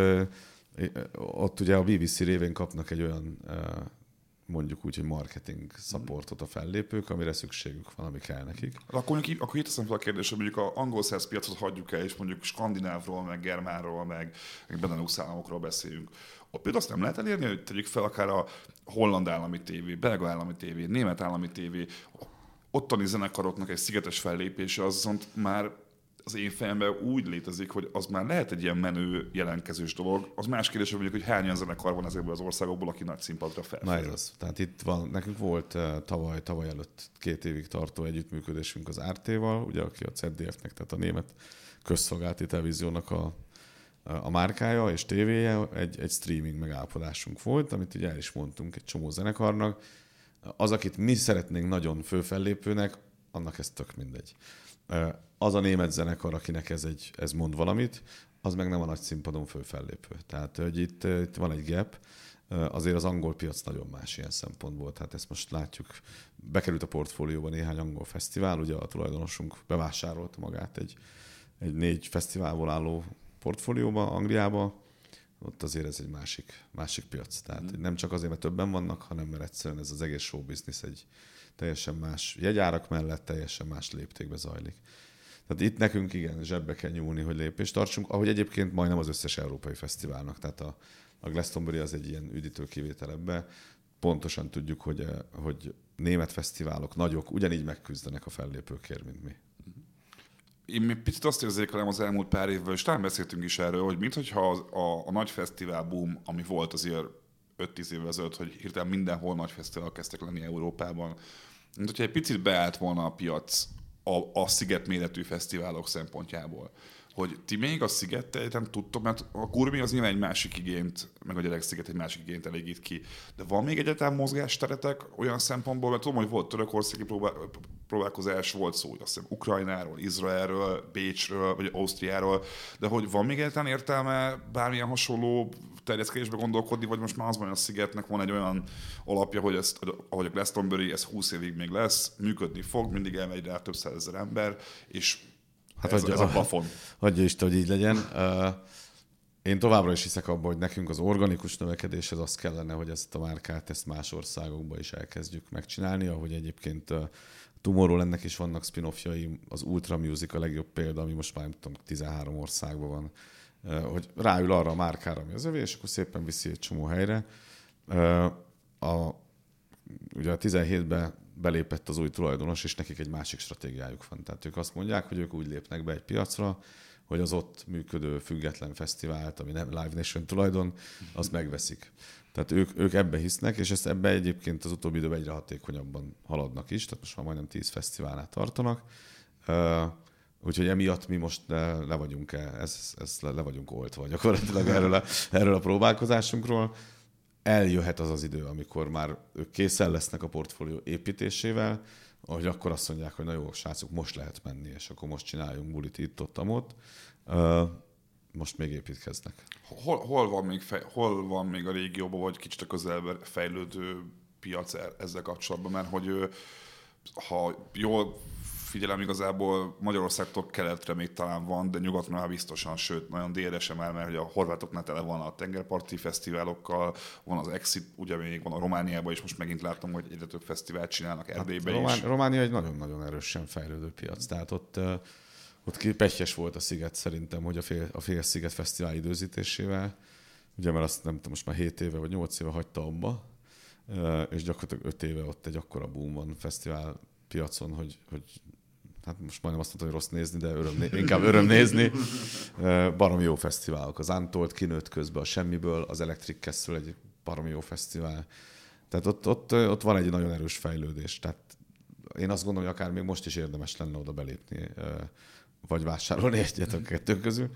ott ugye a bé bé cé révén kapnak egy olyan mondjuk úgy, hogy marketing supportot a fellépők, amire szükségük van, ami kell nekik. Akkor, mondjuk, akkor itt teszem fel a kérdés, hogy mondjuk a angol száz piacot hagyjuk el, és mondjuk skandinávról, meg germánról, meg, meg Benelux államokról beszéljünk. Ott például azt nem lehet elérni, hogy tegyük fel akár a holland állami tévé, belga állami tévé, német állami tévé, ottani zenekaroknak egy szigetes fellépése, az viszont már az én fejemben úgy létezik, hogy az már lehet egy ilyen menő jelentkezős dolog. Az más kérdés, hogy mondjuk, hogy hány olyan zenekar van ezekből az országokból, aki nagy színpadra felfér. Na ez az. Tehát itt van, nekünk volt uh, tavaly, tavaly előtt két évig tartó együttműködésünk az á er té-val, ugye, aki a zé dé ef-nek, tehát a német közszolgálati televíziónak a, a márkája és tévéje, egy, egy streaming megállapodásunk volt, amit ugye el is mondtunk egy csomó zenekarnak. Az, akit mi szeretnénk nagyon főfellépőnek, annak ez tök mindegy. Az a német zenekar, akinek ez, egy, ez mond valamit, az meg nem a nagy színpadon főfellépő. Tehát hogy itt, itt van egy gap, azért az angol piac nagyon más ilyen szempontból. Tehát ezt most látjuk, bekerült a portfólióba néhány angol fesztivál, ugye a tulajdonosunk bevásárolta magát egy, egy négy fesztiválból álló portfólióba, Angliába, ott azért ez egy másik, másik piac. Tehát mm. nem csak azért, mert többen vannak, hanem mert egyszerűen ez az egész show business egy teljesen más jegyárak mellett, teljesen más léptékbe zajlik. Tehát itt nekünk igen, zsebbe kell nyúlni, hogy lépést tartsunk, ahogy egyébként majdnem az összes európai fesztiválnak. Tehát a, a Glastonbury az egy ilyen üdítő kivétel ebbe. Pontosan tudjuk, hogy, hogy német fesztiválok, nagyok, ugyanígy megküzdenek a fellépőkért, mint mi. Én még picit azt érzékelem az elmúlt pár évvel, és talán beszéltünk is erről, hogy minthogyha a, a, a nagy fesztivál boom, ami volt azért öt-tíz évvel ezelőtt, hogy hirtelen mindenhol nagy fesztivál kezdtek lenni Európában, mint hogyha egy picit beállt volna a piac a, a sziget méretű fesztiválok szempontjából. Hogy ti még a szigettel nem tudtok, mert a Gurmi az nyilván egy másik igényt, meg a Gyereksziget egy másik igényt elégít ki. De van még egyáltalán mozgásteretek olyan szempontból, mert tudom, hogy volt törökországi próbál, próbálkozás, volt szó, hogy azt hiszem Ukrajnáról, Izraelről, Bécsről, vagy Ausztriáról, de hogy van még egyáltalán értelme bármilyen hasonló terjeszkedésbe gondolkodni, vagy most már az van, hogy a szigetnek van egy olyan alapja, hogy ezt, ahogy a Glastonbury, ez húsz évig még lesz, működni fog, mindig elmegy rá több százezer ember, és hát ez, adja, ez a plafon. Hagyja Isten, hogy így legyen. Én továbbra is hiszek abban, hogy nekünk az organikus növekedéshez az kellene, hogy ezt a márkát, ezt más országokban is elkezdjük megcsinálni, ahogy egyébként Tomorrowlandnek is vannak spin-offjai, az Ultra Music a legjobb példa, ami most már nem tudom, tizenhárom országban van, hogy ráül arra a márkára, ami az övé, és akkor szépen viszi egy csomó helyre. A, ugye a tizenhétben belépett az új tulajdonos, és nekik egy másik stratégiájuk van. Tehát ők azt mondják, hogy ők úgy lépnek be egy piacra, hogy az ott működő független fesztivált, ami nem Live Nation tulajdon, azt megveszik. Tehát ők, ők ebbe hisznek, és ezt ebbe egyébként az utóbbi időben egyre hatékonyabban haladnak is, tehát most már majdnem tíz fesztiválnál tartanak. Uh, úgyhogy emiatt mi most le, le vagyunk, ez, ez le, le vagyunk oltva gyakorlatilag erről a, erről a próbálkozásunkról. Eljöhet az az idő, amikor már ők készen lesznek a portfólió építésével, hogy akkor azt mondják, hogy na jó, srácok, most lehet menni, és akkor most csináljunk bulit itt, ott, amott. Uh, most még építkeznek. Hol, hol, van még fej, hol van még a régióban, vagy kicsit a közelben fejlődő piac ezzel kapcsolatban? Mert hogy ha jól figyelem, igazából Magyarországtól keletre még talán van, de nyugatra már biztosan, sőt, nagyon délre sem el, mert hogy a horvátoknál tele van a tengerparti fesztiválokkal, van az Exit, ugye még van a Romániában, és most megint látom, hogy egyre több fesztivált csinálnak Erdélyben hát, Román, is. Románia egy nagyon-nagyon erősen fejlődő piac, tehát ott, ott pehjes volt a sziget szerintem, hogy a, fél, a Félsziget Fesztivál időzítésével, ugye mert azt nem tudom, most már hét éve vagy nyolc éve hagyta abba, és gyakorlatilag öt éve ott egy akkora boom van fesztivál piacon, hogy, hogy hát most majdnem azt mondtam, hogy rossz nézni, de öröm né- inkább öröm nézni. Baromi jó fesztiválok. Az Untold kinőtt közben a semmiből, az Electric Castle egy baromi jó fesztivál. Tehát ott, ott, ott van egy nagyon erős fejlődés. Tehát én azt gondolom, hogy akár még most is érdemes lenne oda belépni, vagy vásárolni egyet a kettő közül.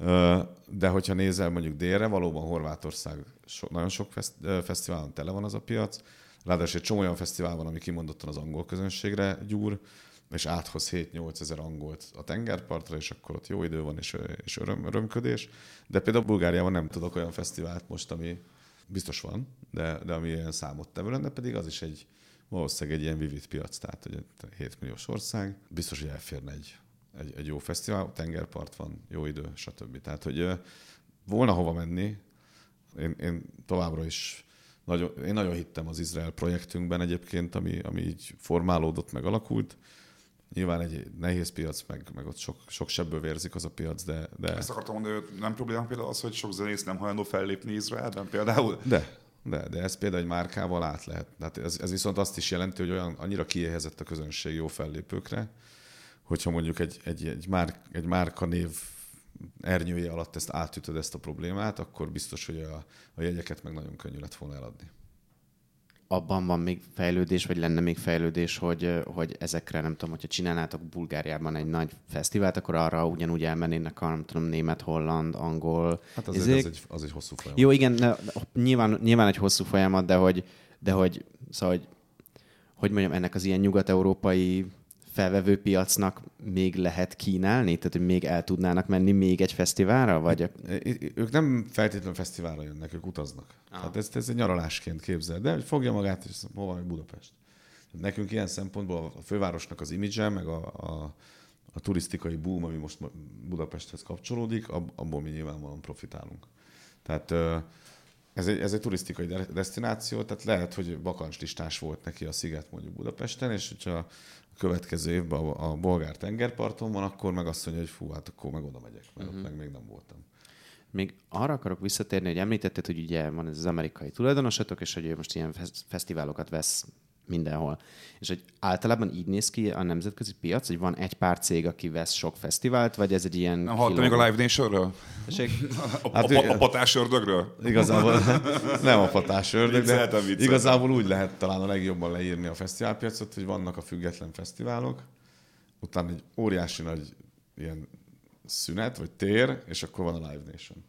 De hogyha nézel mondjuk délre, valóban Horvátország so, nagyon sok fesztiválon tele van az a piac. Ráadásul egy csomó olyan fesztivál van, ami kimondottan az angol közönségre gyúr, és áthoz hét-nyolc ezer angolt a tengerpartra, és akkor ott jó idő van, és, és öröm, örömködés. De például Bulgáriában nem tudok olyan fesztivált most, ami biztos van, de, de ami ilyen számottevő lenne, pedig az is egy valószínűleg egy ilyen vivid piac, tehát egy hét milliós ország. Biztos, hogy elférne egy, egy, egy jó fesztivál, tengerpart van, jó idő, stb. Tehát, hogy volna hova menni, én, én továbbra is nagyon, én nagyon hittem az Izrael projektünkben egyébként, ami, ami így formálódott, meg alakult. Nyilván egy nehéz piac, meg, meg ott sok, sok sebből vérzik az a piac, de... de... Ezt akartam mondani, hogy nem probléma például az, hogy sok zenész nem hajlandó fellépni Izraelben például? De, de, de ez például egy márkával át lehet. Tehát ez, ez viszont azt is jelenti, hogy olyan annyira kiéhezett a közönség jó fellépőkre, hogyha mondjuk egy, egy, egy, márk, egy márka név ernyője alatt ezt átütöd ezt a problémát, akkor biztos, hogy a, a jegyeket meg nagyon könnyű lett volna eladni. Abban van még fejlődés, vagy lenne még fejlődés, hogy, hogy ezekre, nem tudom, hogyha csinálnátok Bulgáriában egy nagy fesztivált, akkor arra ugyanúgy elmennének a, nem tudom, német, holland, angol. Hát az, ezek... az, egy, az egy hosszú folyamat. Jó, igen, ne, nyilván, nyilván egy hosszú folyamat, de hogy, de hogy, szóval, hogy, hogy mondjam, ennek az ilyen nyugat-európai felvevő piacnak még lehet kínálni? Tehát, hogy még el tudnának menni még egy fesztiválra? Vagy... Ők nem feltétlenül fesztiválra jönnek, ők utaznak. Ah. Tehát ezt, ezt egy nyaralásként képzel. De hogy fogja magát, és hova van Budapest. Nekünk ilyen szempontból a fővárosnak az imidzse, meg a, a, a turisztikai boom, ami most Budapesthez kapcsolódik, abból mi nyilvánvalóan profitálunk. Tehát ez egy, ez egy turisztikai desztináció, tehát lehet, hogy bakancslistás volt neki a sziget mondjuk Budapesten, és hogyha a következő évben a, a bolgár tengerparton van, akkor meg azt mondja, hogy fú, hát akkor meg oda megyek, mert uh-huh. ott meg még nem voltam. Még arra akarok visszatérni, hogy említetted, hogy ugye van ez az amerikai tulajdonosatok, és hogy ő most ilyen fesztiválokat vesz mindenhol. És hogy általában így néz ki a nemzetközi piac, hogy van egy pár cég, aki vesz sok fesztivált, vagy ez egy ilyen... Nem hallottam még a Live Nation-ről? A, hát, a, a patás ördögről? Igazából nem a patás ördög, de igazából úgy lehet talán a legjobban leírni a fesztiválpiacot, hogy vannak a független fesztiválok, utána egy óriási nagy ilyen szünet, vagy tér, és akkor van a Live Nation.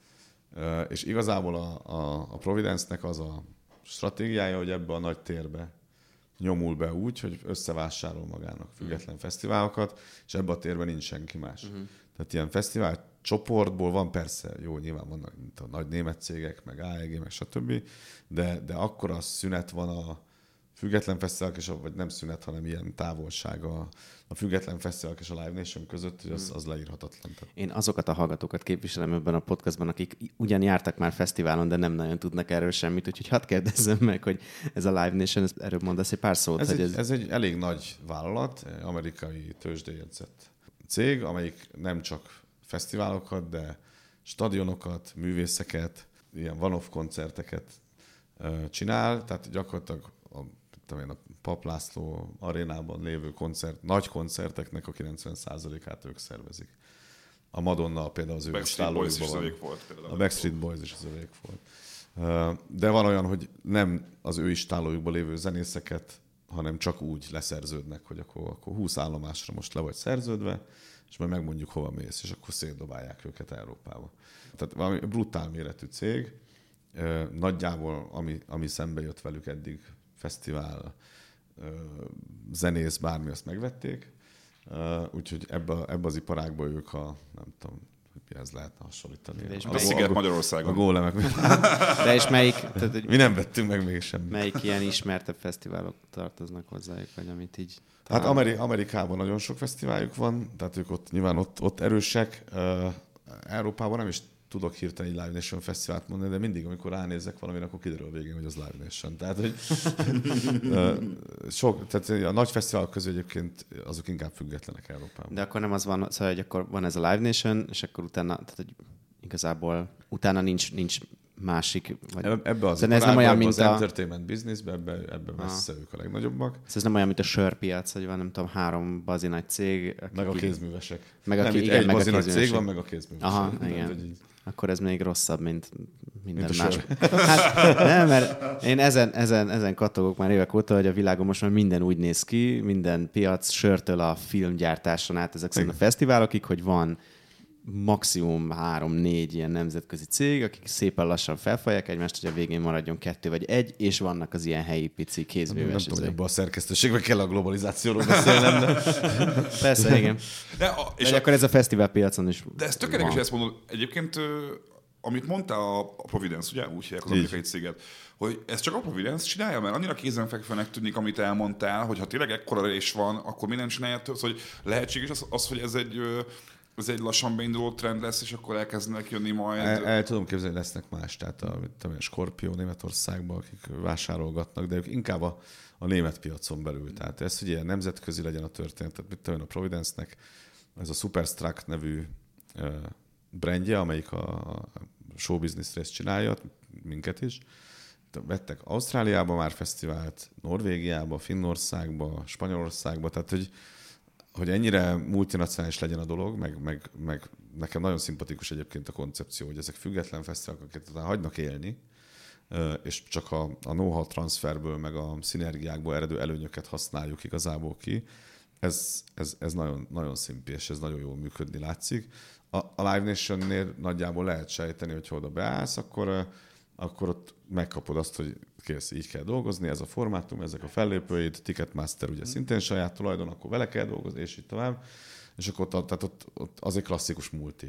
És igazából a, a, a Providence-nek az a stratégiája, hogy ebbe a nagy térbe nyomul be úgy, hogy összevásárol magának független uh-huh. fesztiválokat, és ebbe a térben nincs senki más. Uh-huh. Tehát ilyen fesztivál csoportból van persze, jó, nyilván vannak a nagy német cégek, meg á e gé, meg stb., de, de akkora szünet van a független fesztiválok, és a, vagy nem szünet, hanem ilyen távolság a, a független fesztiválok és a Live Nation között, hogy az, az leírhatatlan. Én azokat a hallgatókat képviselem ebben a podcastban, akik ugyan jártak már fesztiválon, de nem nagyon tudnak erről semmit, úgyhogy hadd kérdezzem meg, hogy ez a Live Nation, erről mondasz egy pár szót. Ez, hogy egy, ez... ez egy elég nagy vállalat, amerikai tőzsdéjegyzett cég, amelyik nem csak fesztiválokat, de stadionokat, művészeket, ilyen one-off koncerteket csinál, tehát gyakorlatilag a, én, a Pap László arénában lévő koncert, nagy koncerteknek a kilencven százalékát ők szervezik. A Madonna például az ő stálójukban van. Volt, a Backstreet Boys is az övék volt. De van olyan, hogy nem az ő istálójukban lévő zenészeket, hanem csak úgy leszerződnek, hogy akkor, akkor húsz állomásra most le vagy szerződve, és majd megmondjuk, hova mész, és akkor szétdobálják őket Európába. Tehát valami brutál méretű cég, nagyjából, ami, ami szembe jött velük eddig, fesztivál, zenész, bármi, azt megvették. Úgyhogy ebbe, ebbe az iparágban ők a, nem tudom, hogy ez lehetne hasonlítani. És a, a Sziget Magyarországon. A gólemek. De és melyik? Tehát, hogy mi nem vettünk meg még semmit. Melyik ilyen ismertebb fesztiválok tartoznak hozzájuk, vagy amit így... Hát Ameri- Amerikában nagyon sok fesztiváljuk van, tehát ők ott nyilván ott, ott erősek. Uh, Európában nem is tudok hirtelen egy Live Nation fesztivált mondani, de mindig, amikor ránézek valamire, akkor kiderül a végén, hogy az Live Nation. Tehát, hogy uh, sok, tehát a nagy fesztiválok közül egyébként azok inkább függetlenek Európában. De akkor nem az van, szóval, hogy akkor van ez a Live Nation, és akkor utána, tehát, hogy igazából utána nincs, nincs másik. Vagy... Ebbe az, ez nem olyan, mint az a... entertainment businessbe, ebbe, ebbe messze ők a legnagyobbak. Ez nem olyan, mint a sörpiac, hogy van, nem tudom, három bazi nagy cég. Meg a kézművesek. Meg a nem, ké... igen, egy bazi nagy cég van, meg a kézművesek. Aha, nem, igen. hogy így... Akkor ez még rosszabb, mint minden mint más. Hát, nem, mert én ezen, ezen, ezen kattogok már évek óta, hogy a világon most már minden úgy néz ki, minden piac, sörtől a filmgyártáson át ezek szerint a fesztiválokig, hogy van maximum három-négy ilyen nemzetközi cég, akik szépen lassan felfalják egymást, hogy a végén maradjon kettő vagy egy, és vannak az ilyen helyi pici kézműves. Nem tudom, hogy ebben a szerkesztőségben kell a globalizációról beszélnem, de... Persze, igen. De, a, és de a... akkor ez a fesztivál piacon is De ez tökéletes, hogy ezt mondod. Egyébként, amit mondtál a Providence, ugye? Úgy hívják az amerikai céget, hogy ez csak a Providence csinálja, mert annyira kézenfekvőnek tűnik, amit elmondtál, hogy ha tényleg ekkora is van, akkor mi nem csinálja, hogy lehetséges az, az hogy ez egy... ez egy lassan beinduló trend lesz, és akkor elkezdenek jönni majd... El, el tudom képzelni, hogy lesznek más, tehát a, a Scorpio Németországban, akik vásárolgatnak, de ők inkább a, a német piacon belül. Tehát ez, hogy ilyen nemzetközi legyen a történet, tehát mit tudom, a Providence-nek ez a Superstruck nevű uh, brandje, amelyik a show business részt csinálja, minket is. Vettek Ausztráliába már fesztivált, Norvégiába, Finnországba, Spanyolországba, tehát hogy hogy ennyire multinacionális legyen a dolog, meg, meg, meg nekem nagyon szimpatikus egyébként a koncepció, hogy ezek független fesztiválok, akiket hagynak élni, és csak a, a know-how transferből, meg a szinergiákból eredő előnyöket használjuk igazából ki. Ez, ez, ez nagyon, nagyon szimpi, és ez nagyon jól működni látszik. A, a Live Nation-nél nagyjából lehet sejteni, hogy ha oda beállsz, akkor, akkor ott megkapod azt, hogy kész, így kell dolgozni, ez a formátum, ezek a fellépőid, Ticketmaster ugye szintén saját tulajdon, akkor vele kell dolgozni, és így tovább. És akkor ott, tehát ott, ott az egy klasszikus multi.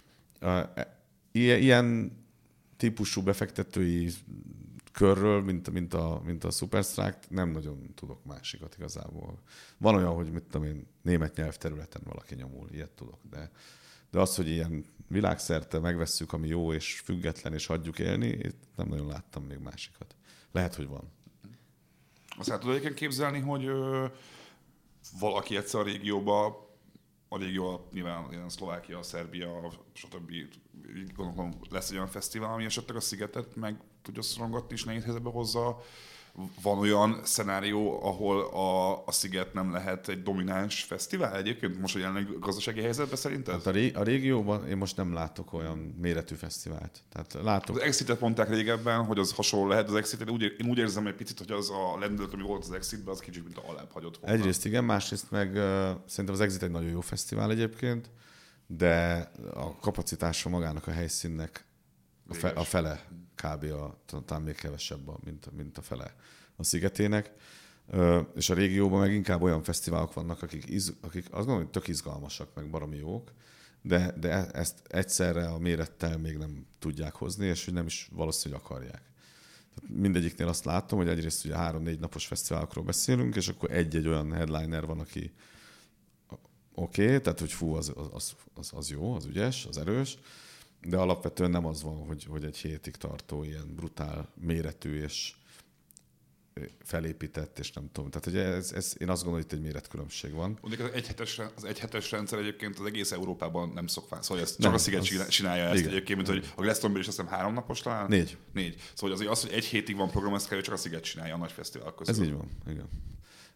Ilyen típusú befektetői körről, mint, mint a, mint a Superstruct, nem nagyon tudok másikat igazából. Van olyan, hogy mit tudom én, német nyelvterületen valaki nyomul, ilyet tudok, de, de az, hogy ilyen világszerte megvesszük, ami jó és független, és hagyjuk élni, itt nem nagyon láttam még másikat. Lehet, hogy van. Azt el tudod egyébként képzelni, hogy ö, valaki egyszer a régióba, a régió nyilván ilyen Szlovákia, Szerbia, stb. Gondolom lesz egy olyan fesztivál, ami esetleg a Szigetet meg tudja szorongatni, és nehéz helyzetbe hozza. Van olyan szenárió, ahol a, a Sziget nem lehet egy domináns fesztivál egyébként? Most a jelenleg gazdasági helyzetben szerinted? Hát a, ré, a régióban én most nem látok olyan méretű fesztivált. Tehát látok... Az Exitet mondták régebben, hogy az hasonló lehet az Exit. Úgy, én úgy érzem egy picit, hogy az a lendület, ami volt az Exitben, az kicsit, mint a alább hagyott volna. Egyrészt igen, másrészt meg uh, szerintem az Exit egy nagyon jó fesztivál egyébként, de a kapacitása magának a helyszínnek a, fe, a fele kb. A, talán még kevesebb, a, mint, mint a fele a Szigetének. Uh, és a régióban meg inkább olyan fesztiválok vannak, akik, iz, akik azt gondolom, hogy tök izgalmasak, meg baromi jók, de, de ezt egyszerre a mérettel még nem tudják hozni, és hogy nem is valószínűleg akarják. Tehát mindegyiknél azt látom, hogy egyrészt ugye három-négy napos fesztiválokról beszélünk, és akkor egy-egy olyan headliner van, aki oké, okay, tehát hogy fú, az, az, az, az jó, az ügyes, az erős, de alapvetően nem az van, hogy, hogy egy hétig tartó ilyen brutál méretű és felépített, és nem tudom. Tehát ugye ez, ez, én azt gondolom, hogy itt egy méretkülönbség van. Mondjuk az egyhetes, az egyhetes rendszer egyébként az egész Európában nem szokván. Szóval ezt csak nem, a Sziget az... csinálja ezt igen. egyébként, mint hogy a Glastonbury is azt hiszem három napos talán? Négy. Négy. Szóval azért az, hogy egy hétig van program, ezt kell, csak a Sziget csinálja a nagy fesztivál közül. Ez így van, igen.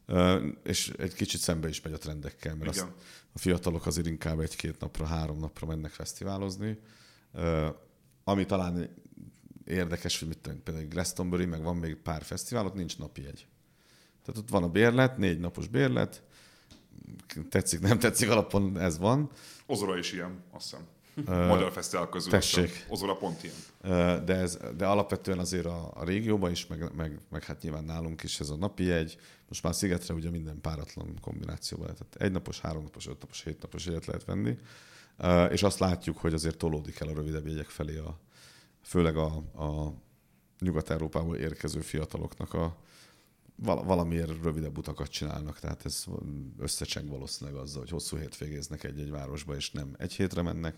És egy kicsit szembe is megy a trendekkel, mert azt, Igen. a fiatalok azért inkább egy-két napra, három napra mennek fesztiválozni. Ami talán érdekes, hogy mit tudom, például Glastonbury, meg van még pár fesztivál, ott nincs napi jegy. Tehát ott van a bérlet, négy napos bérlet, tetszik, nem tetszik, alapon ez van. Ozora is ilyen, azt hiszem. Magyar fesztivál közül. Tessék. Ozora pont ilyen. De, ez, de alapvetően azért a, a régióban is, meg, meg, meg hát nyilván nálunk is ez a napi jegy. Most már Szigetre ugye minden páratlan kombinációban lehet. Tehát egy napos, három napos, öt napos, hét napos jegyet lehet venni. És azt látjuk, hogy azért tolódik el a rövidebb jegyek felé, a, főleg a, a Nyugat-Európából érkező fiataloknak a valamiért rövidebb utakat csinálnak, tehát ez összecseng valószínűleg azzal, hogy hosszú hétvégéznek egy-egy városba, és nem egy hétre mennek.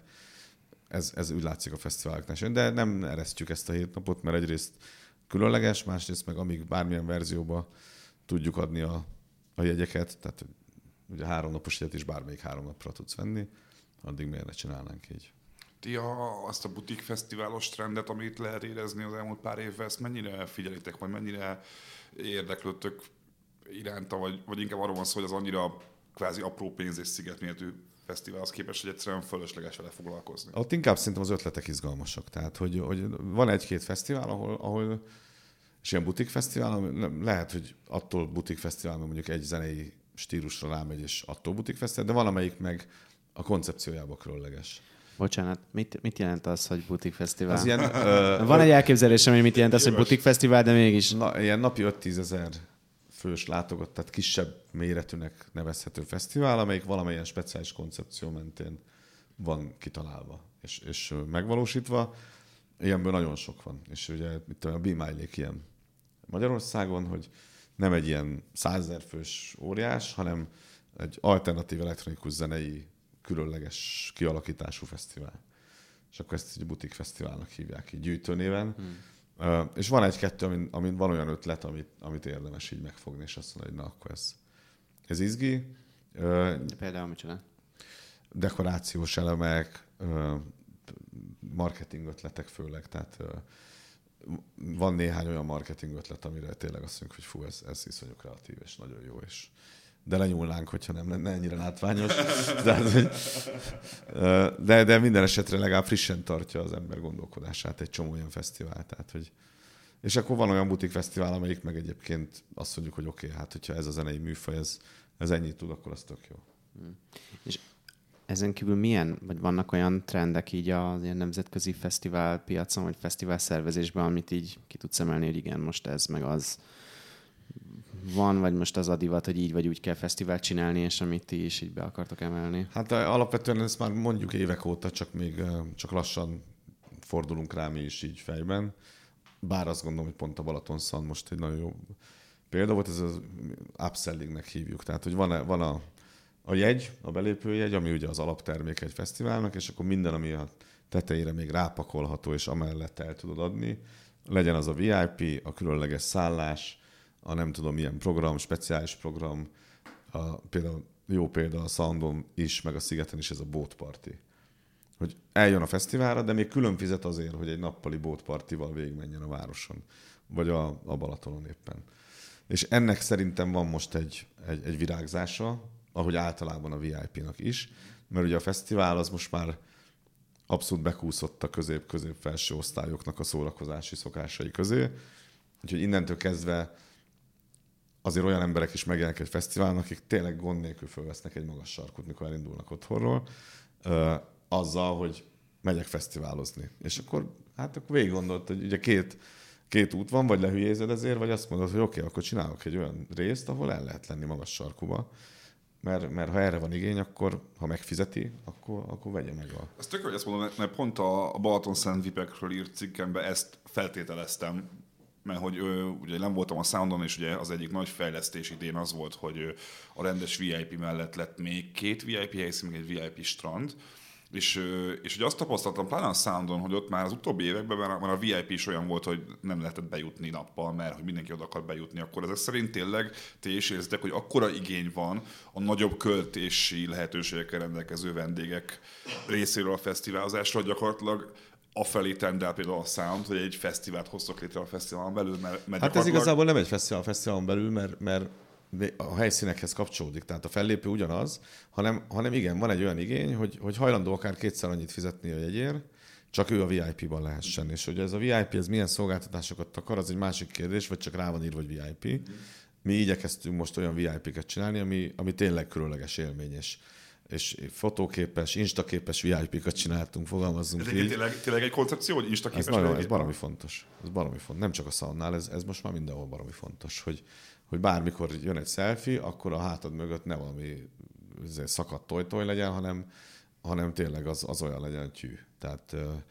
Ez, ez úgy látszik a fesztiváloknál. De nem eresztjük ezt a hét napot, mert egyrészt különleges, másrészt meg amíg bármilyen verzióba tudjuk adni a, a jegyeket, tehát ugye három napos jegyet is bármelyik három napra tudsz venni, addig miért ne csinálnánk így. Ti a, azt a butik fesztiválos trendet, amit lehet érezni az elmúlt pár évvel, ezt mennyire figyelitek, vagy mennyire érdeklődtök iránta, vagy, vagy inkább arról van szó, hogy az annyira kvázi apró pénz és szigetméretű fesztiválhoz képest, hogy egyszerűen fölösleges vele foglalkozni? Ott inkább szerintem az ötletek izgalmasak. Tehát, hogy, hogy van egy-két fesztivál, ahol, ahol és ilyen butikfesztivál, lehet, hogy attól butikfesztivál, mert mondjuk egy zenei stílusra rámegy, és attól butikfesztivál, de van, amelyik meg a koncepciójába különleges. Bocsánat, mit, mit jelent az, hogy butikfesztivál? Az ilyen, ö, van egy elképzelésem, hogy mit jelent az, hogy butikfesztivál, de mégis... Na, ilyen napi öt-tízezer fős látogat, tehát kisebb méretűnek nevezhető fesztivál, amelyik valamilyen speciális koncepció mentén van kitalálva és, és megvalósítva. Ilyenből nagyon sok van. És ugye mit tudom, a Be My Lake ilyen Magyarországon, hogy nem egy ilyen százezer fős óriás, hanem egy alternatív elektronikus zenei különleges kialakítású fesztivál. És akkor ezt egy butik fesztiválnak hívják így gyűjtőnéven. Hmm. Uh, és van egy-kettő, amin, amin van olyan ötlet, amit, amit érdemes így megfogni, és azt mondani, hogy na, akkor ez, ez izgi. Uh, Például mit csinál? Dekorációs elemek, uh, marketing ötletek főleg, tehát uh, van néhány olyan marketing ötlet, amire tényleg azt mondjuk, hogy fú, ez, ez iszonyú kreatív, és nagyon jó, és de lenyúlnánk, hogyha nem lenne ennyire látványos. de, de, de minden esetre legalább frissen tartja az ember gondolkodását egy csomó olyan fesztivál. Tehát, hogy, és akkor van olyan butikfesztivál, amelyik meg egyébként azt mondjuk, hogy oké, okay, hát hogyha ez a zenei műfaj, ez, ez ennyit tud, akkor az tök jó. Hmm. És ezen kívül milyen, vagy vannak olyan trendek így az ilyen nemzetközi fesztivál piacon, vagy fesztivál szervezésben, amit így ki tudsz emelni, hogy igen, most ez, meg az van, vagy most az a divat, hogy így vagy úgy kell fesztivált csinálni, és amit ti is így be akartok emelni? Hát alapvetően ezt már mondjuk évek óta, csak még csak lassan fordulunk rá mi is így fejben. Bár azt gondolom, hogy pont a Balatonszan most egy nagyon jó példa volt, ez az upsellingnek hívjuk. Tehát, hogy van, van a, a jegy, a belépőjegy, ami ugye az alaptermék egy fesztiválnak, és akkor minden, ami a tetejére még rápakolható, és amellett el tudod adni. Legyen az a vé i pé, a különleges szállás, a nem tudom milyen program, speciális program, a, például jó példa a Soundon is, meg a Szigeten is ez a boat party. Hogy eljön a fesztiválra, de még külön fizet azért, hogy egy nappali boat partival végigmenjen a városon, vagy a, a Balatonon éppen. És ennek szerintem van most egy, egy, egy virágzása, ahogy általában a vé i pé-nak is, mert ugye a fesztivál az most már abszolút bekúszott a közép-közép-felső osztályoknak a szórakozási szokásai közé, úgyhogy innentől kezdve azért olyan emberek is megjelennek egy fesztiválon, akik tényleg gond nélkül fölvesznek egy magas sarkot, mikor elindulnak otthonról, ö, azzal, hogy megyek fesztiválozni. És akkor, hát akkor végig gondolt, hogy ugye két, két út van, vagy lehülyézed ezért, vagy azt mondod, hogy oké, okay, akkor csinálok egy olyan részt, ahol el lehet lenni magas sarkuba. Mert, mert ha erre van igény, akkor ha megfizeti, akkor, akkor vegye meg a... Ezt tök, hogy ezt mondom, mert pont a Balaton-Szent Vipekről írt cikkemben ezt feltételeztem, mert hogy ö, ugye nem voltam a Soundon, és ugye az egyik nagy fejlesztés idén az volt, hogy ö, a rendes vé i pé mellett lett még két vé i pé helyszín, még egy vé i pé strand, és, ö, és ugye azt tapasztaltam pláne a Soundon, hogy ott már az utóbbi években már, már a vé i pé is olyan volt, hogy nem lehetett bejutni nappal, mert hogy mindenki oda akar bejutni, akkor ezek szerint tényleg ti is érzitek, hogy akkora igény van a nagyobb költési lehetőségekkel rendelkező vendégek részéről a fesztiválozásra, hogy gyakorlatilag afelé tendál például a Sound, hogy egy fesztivált hoztok létre a fesztiválon belül, mert, mert Hát ez igazából nem egy fesztivál a fesztiválon belül, mert, mert a helyszínekhez kapcsolódik. Tehát a fellépő ugyanaz, hanem, hanem igen, van egy olyan igény, hogy, hogy hajlandó akár kétszer annyit fizetni a jegyért, csak ő a vé i pé-ban lehessen. És hogy ez a vé i pé ez milyen szolgáltatásokat akar, az egy másik kérdés, vagy csak rá van írva, hogy vé i pé. Mi igyekeztünk most olyan vé i pé-ket csinálni, ami, ami tényleg különleges élmény, és, és fotóképes, instaképes vé i pé-ket csináltunk, fogalmazzunk ez így. Tényleg, tényleg egy koncepció, hogy instaképes? Ez, nagyon, ez baromi fontos. Ez baromi fontos. Nem csak a soundnál, ez, ez most már mindenhol baromi fontos, hogy, hogy bármikor jön egy selfie, akkor a hátad mögött ne valami szakadt toj-toj legyen, hanem, hanem tényleg az, az olyan legyen, tyű. Tehát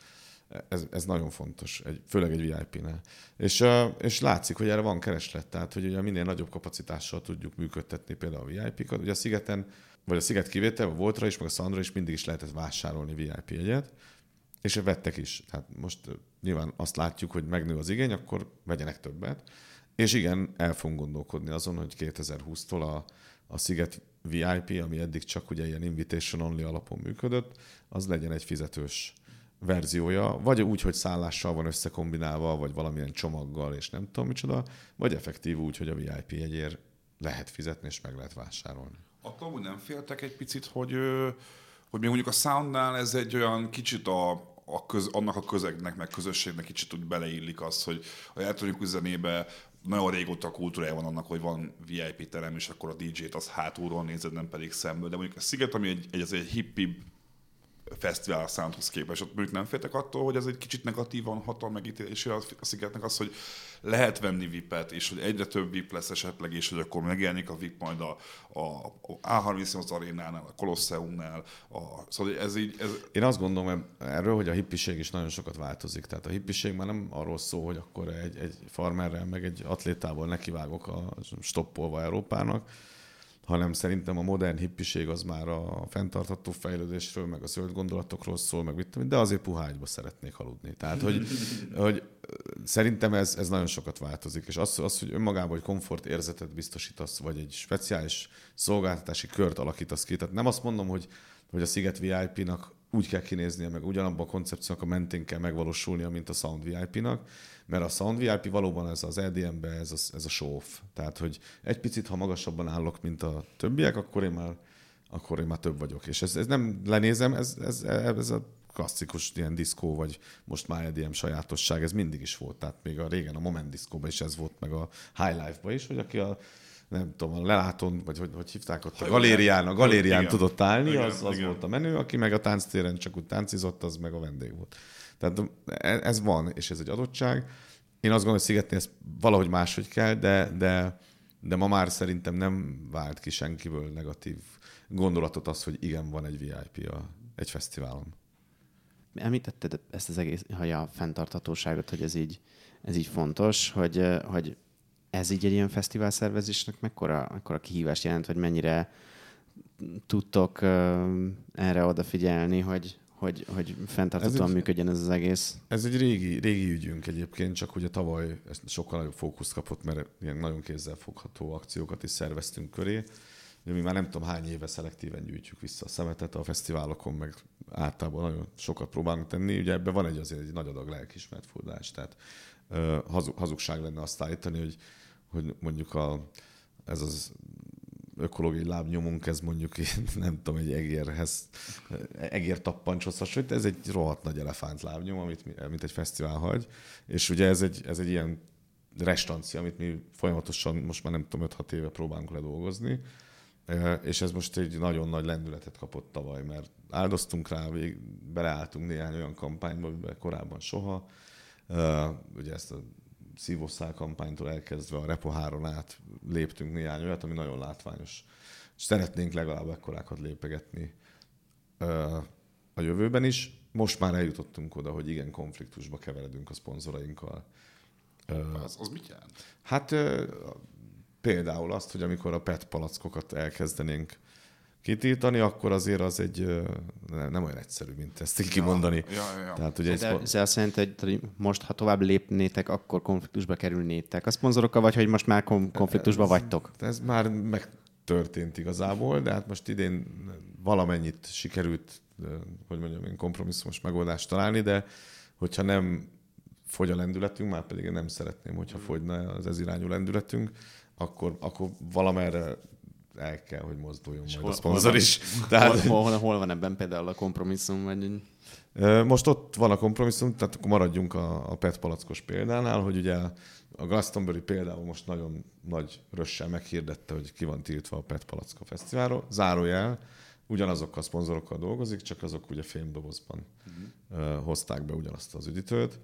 ez, ez nagyon fontos, egy, főleg egy vé i pé-nál. És, és látszik, hogy erre van kereslet, tehát hogy ugye minél nagyobb kapacitással tudjuk működtetni például a vé i pé-kat. Ugye a Szigeten, vagy a Sziget kivétel, a Voltra is, meg a Soundra is mindig is lehetett vásárolni vé i pé jegyet, és vettek is. Tehát most nyilván azt látjuk, hogy megnő az igény, akkor vegyenek többet. És igen, el fogunk gondolkodni azon, hogy kétezer-húsztól a, a Sziget vé i pé, ami eddig csak ugye ilyen invitation only alapon működött, az legyen egy fizetős verziója, vagy úgy, hogy szállással van összekombinálva, vagy valamilyen csomaggal, és nem tudom micsoda, vagy effektív úgy, hogy a vé i pé jegyért lehet fizetni, és meg lehet vásárolni. Attól úgy nem féltek egy picit, hogy, hogy még mondjuk a Soundnál ez egy olyan kicsit a, a köz, annak a közegnek, meg közösségnek kicsit úgy beleillik az, hogy a elektronikus zenébe nagyon régóta kultúrája van annak, hogy van vé i pé terem, és akkor a dé dzsét az hátulról nézed, nem pedig szemből. De mondjuk a Sziget, ami egy, egy, egy hippibb fesztivál a Soundhoz képest, ott mondjuk nem féltek attól, hogy ez egy kicsit negatívan hat a megítélésére a Szigetnek az, hogy lehet venni vé i pé-et, és hogy egyre több vé i pé lesz esetleg, és hogy akkor megjelenik a vé i pé majd a, a, a á harmincnyolc arénánál, a Kolosseumnál. A, szóval ez így... Ez... Én azt gondolom erről, hogy a hippiség is nagyon sokat változik. Tehát a hippiség már nem arról szól, hogy akkor egy, egy farmerrel, meg egy atlétából nekivágok a stoppolva Európának, hanem szerintem a modern hippiség az már a fenntartható fejlődésről, meg a zöld gondolatokról szól, meg mit tudom, de azért puhágyba szeretnék aludni. Tehát, hogy, hogy szerintem ez, ez nagyon sokat változik, és az, az, hogy önmagában hogy komfort érzetet biztosítasz, vagy egy speciális szolgáltatási kört alakítasz ki. Tehát nem azt mondom, hogy, hogy a Sziget vé i pé-nak úgy kell kinéznie, meg ugyanabban a koncepciónak a mentén kell megvalósulnia, mint a Sound vé i pé-nak, mert a Sound vé i pé valóban ez az é dé em-be, ez a, ez a show-off. Tehát, hogy egy picit, ha magasabban állok, mint a többiek, akkor én már, akkor én már több vagyok. És ez, ez nem lenézem, ez, ez, ez a klasszikus ilyen diszkó, vagy most már é dé em sajátosság, ez mindig is volt. Tehát még a régen a Moment diszkóban is ez volt, meg a High Life-ban is, hogy aki a nem tudom, a lelátón, vagy hogy, hogy hívták ott, a galérián, a galérián igen. tudott állni, igen, az, az volt a menő, aki meg a tánctéren csak úgy táncizott, az meg a vendég volt. Tehát ez van, és ez egy adottság. Én azt gondolom, hogy Szigetnél ez valahogy máshogy kell, de, de, de ma már szerintem nem vált ki senkiből negatív gondolatot az, hogy igen, van egy vé i pé a, egy fesztiválon. Említetted ezt az egész hogy a fenntarthatóságot, hogy ez így, ez így fontos, hogy, hogy ez így egy ilyen fesztivál szervezésnek mekkora, mekkora kihívást jelent, hogy mennyire tudtok uh, erre odafigyelni, hogy, hogy, hogy fenntarthatóan ez működjön ez az egész? Ez egy régi, régi ügyünk egyébként, csak ugye tavaly ez sokkal nagyobb fókuszt kapott, mert ilyen nagyon kézzelfogható akciókat is szerveztünk köré. Mi már nem tudom hány éve szelektíven gyűjtjük vissza a szemetet a fesztiválokon, meg általában nagyon sokat próbálunk tenni. Ugye ebben van egy azért egy nagy adag lelkiismert fordulás, tehát uh, hazug, hazugság lenne azt állítani, hogy, hogy mondjuk a, ez az ökológiai lábnyomunk, ez mondjuk nem tudom, egy egérhez, egér tappancshoz hasonlít, ez egy rohadt nagy elefánt lábnyom, amit, mint egy fesztivál hagy, és ugye ez egy, ez egy ilyen restancia, amit mi folyamatosan most már nem tudom, öt-hat éve próbálunk ledolgozni, és ez most egy nagyon nagy lendületet kapott tavaly, mert áldoztunk rá, vég, beleálltunk néhány olyan kampányba, amiben korábban soha. Ugye ezt a szívószál kampánytól elkezdve a Repo háron át léptünk néhány olyat, ami nagyon látványos. És szeretnénk legalább ekkorákat lépegetni a jövőben is. Most már eljutottunk oda, hogy igen, konfliktusba keveredünk a szponzorainkkal. Az, az mit jelent? Hát például azt, hogy amikor a pé e té palackokat elkezdenénk kitiltani, akkor azért az egy nem olyan egyszerű, mint ezt így kimondani. Ja, ja, ja. Tehát, ugye de ez azt jelenti, hogy most, ha tovább lépnétek, akkor konfliktusba kerülnétek a szponzorokkal, vagy hogy most már konfliktusba ez, vagytok? Ez már megtörtént igazából, de hát most idén valamennyit sikerült, hogy mondjam én, kompromisszumos megoldást találni, de hogyha nem fogy a lendületünk, már pedig én nem szeretném, hogyha fogyna az ez irányú lendületünk, akkor, akkor valamerre el kell, hogy mozduljon majd hol, a szponzor hol is. Van, Tehát... hol, hol, hol van ebben például a kompromisszum? Vagy... Most ott van a kompromisszum, tehát akkor maradjunk a, a pé e té palackos példánál, hogy ugye a Glastonbury például most nagyon nagy rösszel meghirdette, hogy ki van tiltva a pé e té Palacka Fesztiválról. Zárójel, ugyanazokkal a szponzorokkal dolgozik, csak azok ugye fémdobozban uh-huh. hozták be ugyanazt az üdítőt.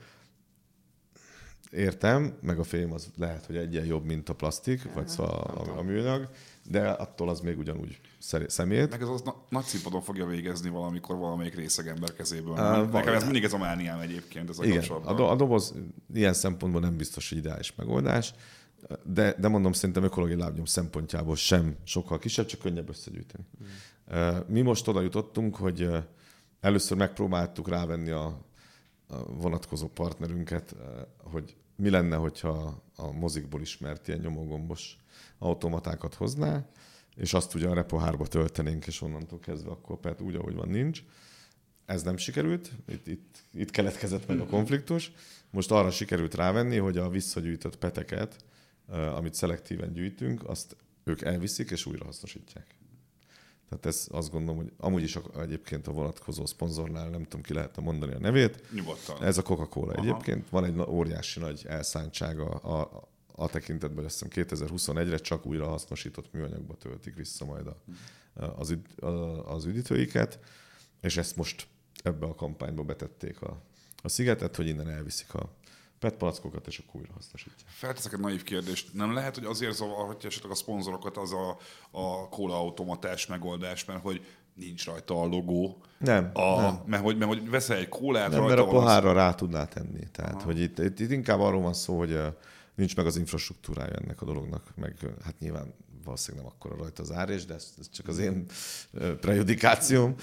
Értem, meg a fém az lehet, hogy egyen jobb, mint a plastik, ja, vagy szóval a, a műanyag, de attól az még ugyanúgy szemét. Meg ez az na- nagy színpadon fogja végezni valamikor valamelyik részeg ember kezéből. Uh, Nekem ez mindig ez a mániám egyébként, ez a igen, kapcsolatban. A, do- a doboz ilyen szempontból nem biztos, hogy ideális megoldás, de, de mondom, szerintem ökológiai lábnyom szempontjából sem sokkal kisebb, csak könnyebb összegyűjteni. Mm. Mi most oda jutottunk, hogy először megpróbáltuk rávenni a, a vonatkozó partnerünket, hogy mi lenne, hogyha a mozikból ismert ilyen nyomógombos automatákat hozná, és azt ugye a repohárba töltenénk, és onnantól kezdve akkor például úgy, ahogy van, nincs. Ez nem sikerült, itt, itt, itt keletkezett meg a konfliktus. Most arra sikerült rávenni, hogy a visszagyűjtött peteket, amit szelektíven gyűjtünk, azt ők elviszik és újra hasznosítják. Tehát ez azt gondolom, hogy amúgy is egyébként a vonatkozó szponzornál, nem tudom, ki lehetne mondani a nevét. Nyugodtan. Ez a Coca-Cola. Aha. Egyébként. Van egy óriási nagy elszántsága a, a, a tekintetben, hogy azt hiszem kétezer-huszonegyre csak újra hasznosított műanyagba töltik vissza majd a, az, üd, az üdítőiket, és ezt most ebbe a kampányba betették a, a szigetet, hogy innen elviszik a pé e té palackokat, és akkor újra hasznosítják. Felteszek egy naív kérdést. Nem lehet, hogy azért zavarhatja esetleg a szponzorokat az a, a kóla automatás megoldás, mert hogy nincs rajta a logó. Nem, a, nem. Mert, hogy, mert hogy veszel egy kólát, nem, rajta mert a pohárra az... rá tudná tenni. Tehát, aha. hogy itt, itt, itt inkább arról van szó, hogy nincs meg az infrastruktúrája ennek a dolognak, meg hát nyilván valószínűleg nem akkora rajta az árés, de ez, ez csak az én prejudikációm.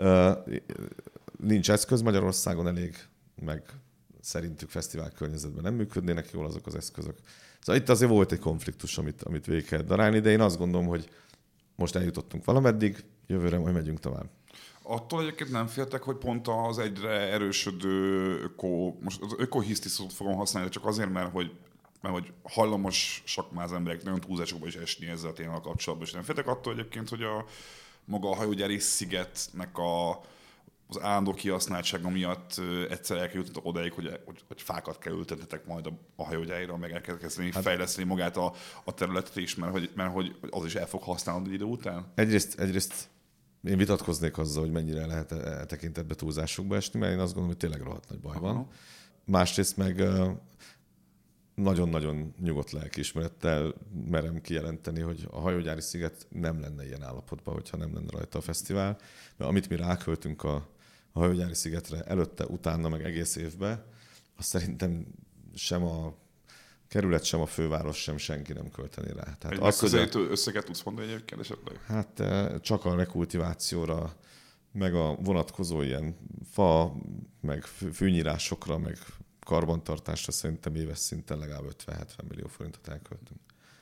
Nincs eszköz Magyarországon elég, meg szerintük fesztivál környezetben nem működnének jól azok az eszközök. Szóval itt azért volt egy konfliktus, amit, amit végig kellett darálni, de én azt gondolom, hogy most eljutottunk valameddig, jövőre majd megyünk tovább. Attól egyébként nem féltek, hogy pont az egyre erősödő öko, most az ökohiszti szót fogom használni, de csak azért, mert hogy, mert hogy hajlamosak már az emberek nagyon túlzásokba is esni ezzel a témával kapcsolatban, és nem féltek attól egyébként, hogy a maga a hajógyári szigetnek a az állandó kihasználtsága miatt egyszer el kell jutnotok odáig, hogy, hogy, hogy fákat kell ültetnetek majd a, a hajógyárira, meg el kell kezdeni hát, fejleszteni magát a, a területet is, mert, hogy, mert hogy az is el fog használni idő után. Egyrészt, egyrészt én vitatkoznék azzal, hogy mennyire lehet e tekintetbe túlzásokba esni, mert én azt gondolom, hogy tényleg rohadt nagy baj van. Aha. Másrészt meg nagyon-nagyon nyugodt lelkiismerettel merem kijelenteni, hogy a hajógyári sziget nem lenne ilyen állapotban, hogyha nem lenne rajta a fesztivál. Mert amit mi ráköltünk a a hajógyári szigetre előtte, utána, meg egész évben, azt szerintem sem a kerület, sem a főváros, sem senki nem költeni rá. Tehát egy az, megközelítő összeget tudsz mondani egyébként esetleg? Hát csak a rekultivációra, meg a vonatkozó ilyen fa, meg fűnyírásokra, meg karbantartásra szerintem éves szinten legalább ötven-hetven millió forintot elköltünk.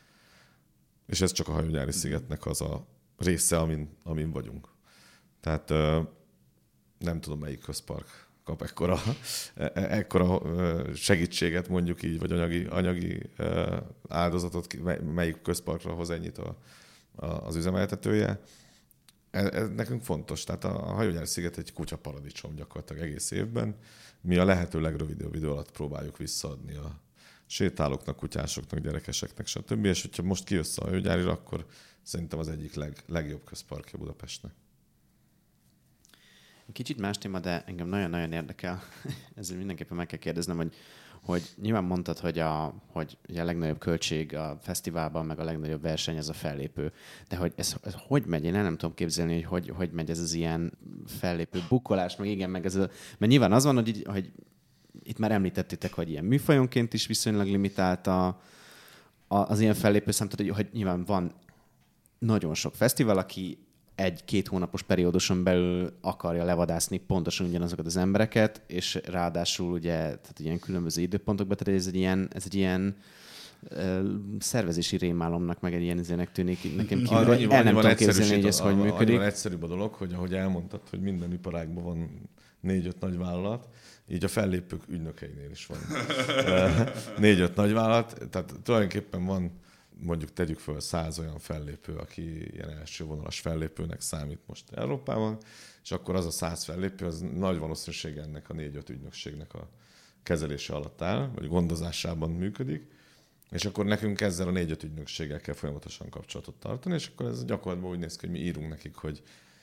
És ez csak a hajógyári szigetnek az a része, amin, amin vagyunk. Tehát nem tudom, melyik közpark kap ekkora, ekkora segítséget, mondjuk így, vagy anyagi, anyagi áldozatot, melyik közparkra hoz ennyit a, a, az üzemeltetője. Ez, ez nekünk fontos. Tehát a hajógyári sziget egy kutya paradicsom gyakorlatilag egész évben. Mi a lehető legrövidebb idő alatt próbáljuk visszaadni a sétálóknak, kutyásoknak, gyerekeseknek, stb. És hogyha most kijössz a hajógyárira, akkor szerintem az egyik leg, legjobb közparkja Budapestnek. Kicsit más téma, de engem nagyon-nagyon érdekel. Ezzel mindenképpen meg kell kérdeznem, hogy, hogy nyilván mondtad, hogy a, hogy a legnagyobb költség a fesztiválban, meg a legnagyobb verseny ez a fellépő. De hogy ez, ez hogy megy? Én nem tudom képzelni, hogy, hogy hogy megy ez az ilyen fellépő bukkolás, meg igen, meg ez a... Mert nyilván az van, hogy, hogy itt már említettétek, hogy ilyen műfajonként is viszonylag limitált a, a, az ilyen fellépő szám, hogy, hogy nyilván van nagyon sok fesztivál, aki egy-két hónapos perióduson belül akarja levadászni pontosan ugyanazokat az embereket, és ráadásul ugye tehát ilyen különböző időpontokban, tehát ez egy ilyen, ez egy ilyen uh, szervezési rémálomnak, meg egy ilyen izének tűnik. Nekem kívül, hogy el nem tudom képzelni, hogy ez hogy működik. Annyival egyszerűbb a dolog, hogy ahogy elmondtad, hogy minden iparágban van négy-öt nagy vállalat, így a fellépők ügynökeinél is van négy-öt nagy vállalat, tehát tulajdonképpen van mondjuk tegyük föl száz olyan fellépő, aki ilyen első vonalas fellépőnek számít most Európában, és akkor az a száz fellépő, az nagy valószínűség ennek a négy-öt ügynökségnek a kezelése alatt áll, vagy gondozásában működik, és akkor nekünk ezzel a négy-öt ügynökséggel kell folyamatosan kapcsolatot tartani, és akkor ez gyakorlatban úgy néz ki, hogy mi írunk nekik, hogy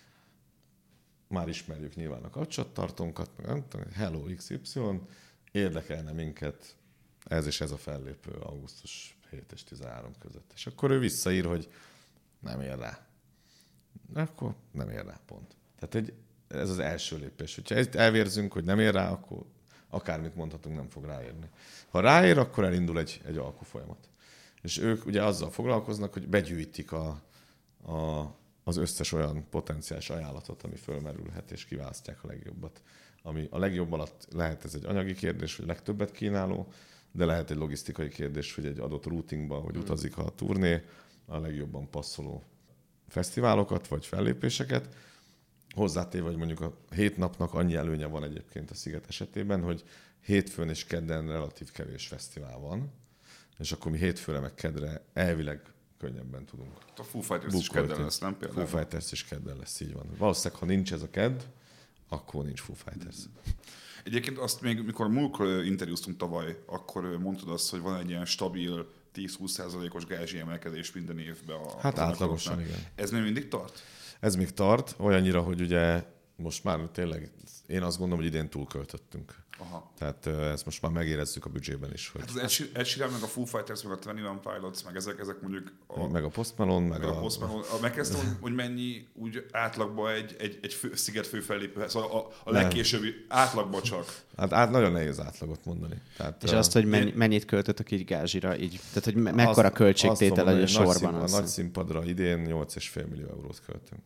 már ismerjük nyilván a kapcsolattartónkat, meg nem tudom, hello iksz ipszilon, érdekelne minket ez és ez a fellépő augusztus hét és tizenhárom között. És akkor ő visszaír, hogy nem ér rá. Akkor nem ér rá, pont. Tehát egy, ez az első lépés. Hogyha elvérzünk, hogy nem ér rá, akkor akármit mondhatunk, nem fog ráérni. Ha ráér, akkor elindul egy, egy alkufolyamat. És ők ugye azzal foglalkoznak, hogy begyűjtik a, a, az összes olyan potenciális ajánlatot, ami fölmerülhet, és kiválasztják a legjobbat. Ami a legjobb alatt lehet ez egy anyagi kérdés, hogy legtöbbet kínáló, de lehet egy logisztikai kérdés, hogy egy adott routingban, hogy utazik a turné, a legjobban passzoló fesztiválokat vagy fellépéseket. Hozzátéve, hogy mondjuk a hét napnak annyi előnye van egyébként a Sziget esetében, hogy hétfőn és kedden relatív kevés fesztivál van, és akkor mi hétfőre meg kedre elvileg könnyebben tudunk. A Foo Fighters is kedden lesz, nem például? Foo Fighters is kedden lesz, így van. Valószínűleg, ha nincs ez a kedd, akkor nincs Foo Fighters. Egyébként azt még, mikor múltkor interjúztunk tavaly, akkor mondtad azt, hogy van egy ilyen stabil tíz-húsz százalékos gázsi emelkedés minden évben. A, hát átlagosan, igen. Ez még mindig tart? Ez még tart, olyannyira, hogy ugye most már tényleg, én azt gondolom, hogy idén túlköltöttünk. Aha. Tehát ezt most már megérezzük a büdzsében is. Hogy... Hát az Ed Sheeran, meg a Foo Fighters, meg a huszonegy Pilots, meg ezek, ezek mondjuk... A... Meg a Post Malone, meg, meg a... a Post Malone. Megkezdtem, hogy mennyi úgy átlagban egy, egy, egy fő, Sziget főfellépő, szóval a, a legkésőbbi átlagban csak. Hát át, nagyon nehéz átlagot mondani. Tehát, és uh, azt, hogy mennyi, én... mennyit költötök így gázsira, így, tehát hogy me- mekkora azt, költségtétel azt a sorban. Nagy, színpad, nagy színpadra idén nyolc egész öt millió eurót költünk.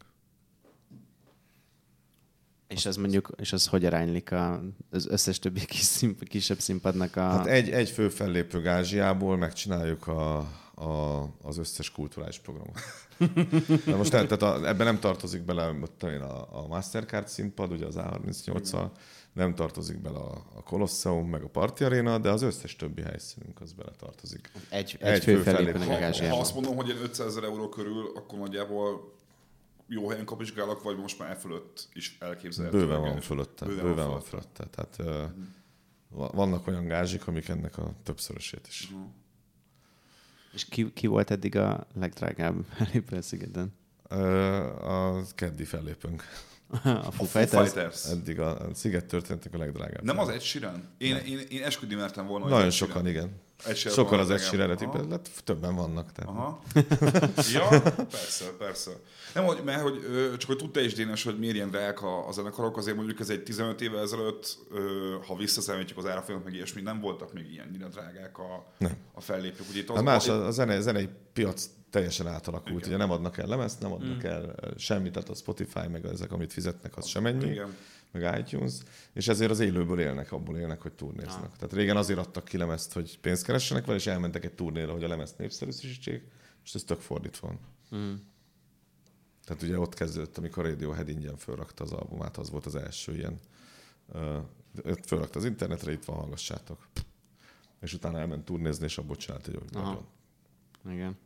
És az mondjuk, és az hogy aránylik a, az összes többi kis színp, kisebb színpadnak a... Hát egy, egy fő fellépő gázsiából megcsináljuk a, a, az összes kulturális programot. De most tehát a, ebben nem tartozik bele a, a Mastercard színpad, ugye az á harmincnyolccal, nem tartozik bele a, a Colosseum, meg a Party Arena, de az összes többi helyszínünk az bele tartozik. Egy, egy, egy fő fellépőnek a gázsiában. Ha azt mondom, hogy ilyen ötszázezer euró körül, akkor nagyjából jó helyen kapizsgálok, vagy most már e fölött is elképzelhető? Bőven van fölötte. Bőven, Bőven van fölötte. Tehát uh, vannak olyan gázsik, amik ennek a többszörösét is. Uh-huh. És ki, ki volt eddig a legdrágább fellépő a Szigeten? Uh, a keddi fellépőnk. A Foo Fighters? Fighters. Eddig a, a Sziget történetnek a legdrágább. Nem az Ed Sheeran? Én, én, én esküdni mertem volna. Nagyon sokan, igen. Sokan az Ed Sheeran-re tippelt, többen vannak. Tehát. Aha. Ja, persze, persze. Nem, hogy, mert hogy, csak hogy tudta is Dénes, hogy miért ilyen drágák a zenekarok, azért mondjuk ez egy tizenöt évvel ezelőtt, ha visszaszámítjuk az árfolyamat, meg ilyesmi, nem voltak még ilyen drágák a, a fellépők. Ugye, az, más, a, a zene, zenei piac teljesen átalakult. Igen. Ugye nem adnak el lemezt, nem adnak mm. el semmit, tehát a Spotify, meg ezek, amit fizetnek, az sem ennyi, igen. meg iTunes, és ezért az élőből élnek, abból élnek, hogy turnéznak. Ah. Tehát régen azért adtak ki lemezt, hogy pénzt keressenek vele, és elmentek egy turnéra, hogy a lemezt népszerűsítsék, és ez tök fordítva van. Mm. Tehát ugye ott kezdődött, amikor Radiohead ingyen fölrakta az albumát, az volt az első ilyen. Uh, fölrakta az internetre, itt van, hallgassátok. És utána elment turnézni, és abból csinált egy nagyon. Igen.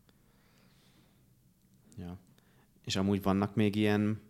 Ja. És amúgy vannak még ilyen,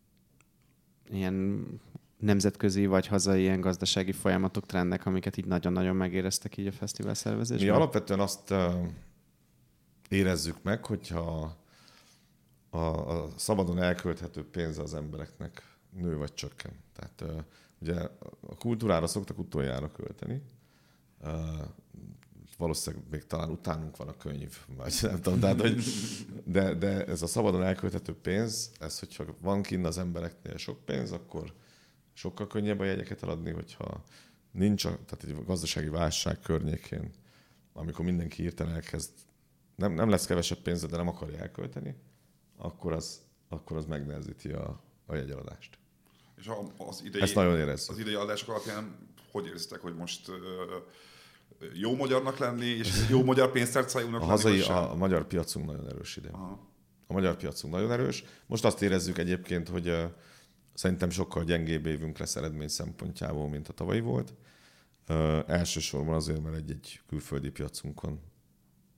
ilyen nemzetközi vagy hazai ilyen gazdasági folyamatok, trendek, amiket így nagyon-nagyon megéreztek így a fesztivál szervezésben? Mi alapvetően azt uh, érezzük meg, hogyha a, a szabadon elkölthető pénze az embereknek nő vagy csökken. Tehát uh, ugye a kultúrára szoktak utoljára költeni. Uh, valószínűleg még talán utánunk van a könyv, vagy nem tudom, tehát, hogy, de, de ez a szabadon elkölthető pénz, ez, hogyha van kinn az embereknél sok pénz, akkor sokkal könnyebb a jegyeket eladni, hogyha nincs, a, tehát egy gazdasági válság környékén, amikor mindenki hirtelen elkezd, nem, nem lesz kevesebb pénze, de nem akarja elkölteni, akkor az, akkor az megnehezíti a, a jegyeladást. És az idei, ezt nagyon érezzük. Az idei adások alapján hogy érzitek, hogy most uh, jó magyarnak lenni, és jó magyar pénztárcájunknak lenni? A hazai, a, a magyar piacunk nagyon erős ide. Aha. A magyar piacunk nagyon erős. Most azt érezzük egyébként, hogy uh, szerintem sokkal gyengébb évünk lesz eredmény szempontjából, mint a tavalyi volt. Uh, elsősorban azért, mert egy-egy külföldi piacunkon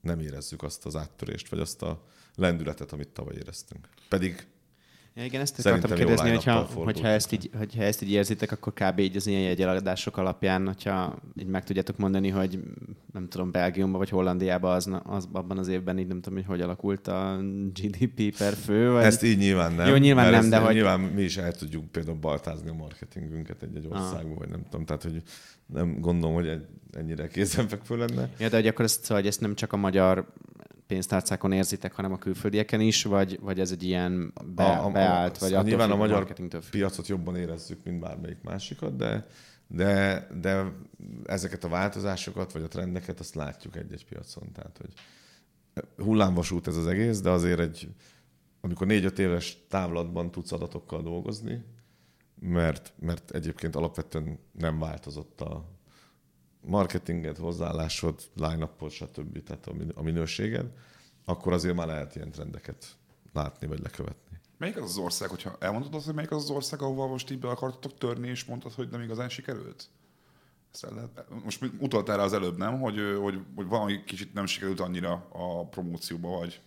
nem érezzük azt az áttörést, vagy azt a lendületet, amit tavaly éreztünk. Pedig ja, igen, ezt akartam kérdezni, hogyha, hogyha, ezt így, le. hogyha ezt így érzitek, akkor kb. Így az ilyen jegyeladások alapján, hogyha így meg tudjátok mondani, hogy nem tudom, Belgiumban vagy Hollandiában az, az, abban az évben így nem tudom, hogy hogy alakult a gé dé pé per fő. Vagy... Ezt így nyilván nem. Jó, nyilván nem, de hogy... Nyilván mi is el tudjuk például baltázni a marketingünket egy-egy országban, ah. vagy nem tudom. Tehát, hogy nem gondolom, hogy ennyire kézenfekvő lenne. Ja, de hogy akkor ezt, szóval, hogy ezt nem csak a magyar pénztárcákon érzitek, hanem a külföldieken is, vagy, vagy ez egy ilyen be, a, a, beállt, vagy a, attól nyilván a magyar marketingtől piacot jobban érezzük, mint bármelyik másikat, de, de, de ezeket a változásokat, vagy a trendeket, azt látjuk egy-egy piacon. Tehát, hogy hullámvasút ez az egész, de azért egy, amikor négy-öt éves távlatban tudsz adatokkal dolgozni, mert, mert egyébként alapvetően nem változott a marketinged, hozzáállásod, line-upod, stb. Tehát a minőséged, akkor azért már lehet ilyen trendeket látni, vagy lekövetni. Melyik az az ország, hogyha elmondod azt, hogy melyik az az ország, ahova most így be akartatok törni, és mondtad, hogy nem igazán sikerült? Lehet, most utaltál rá az előbb, nem? Hogy, hogy, hogy valami kicsit nem sikerült annyira a promócióba, vagy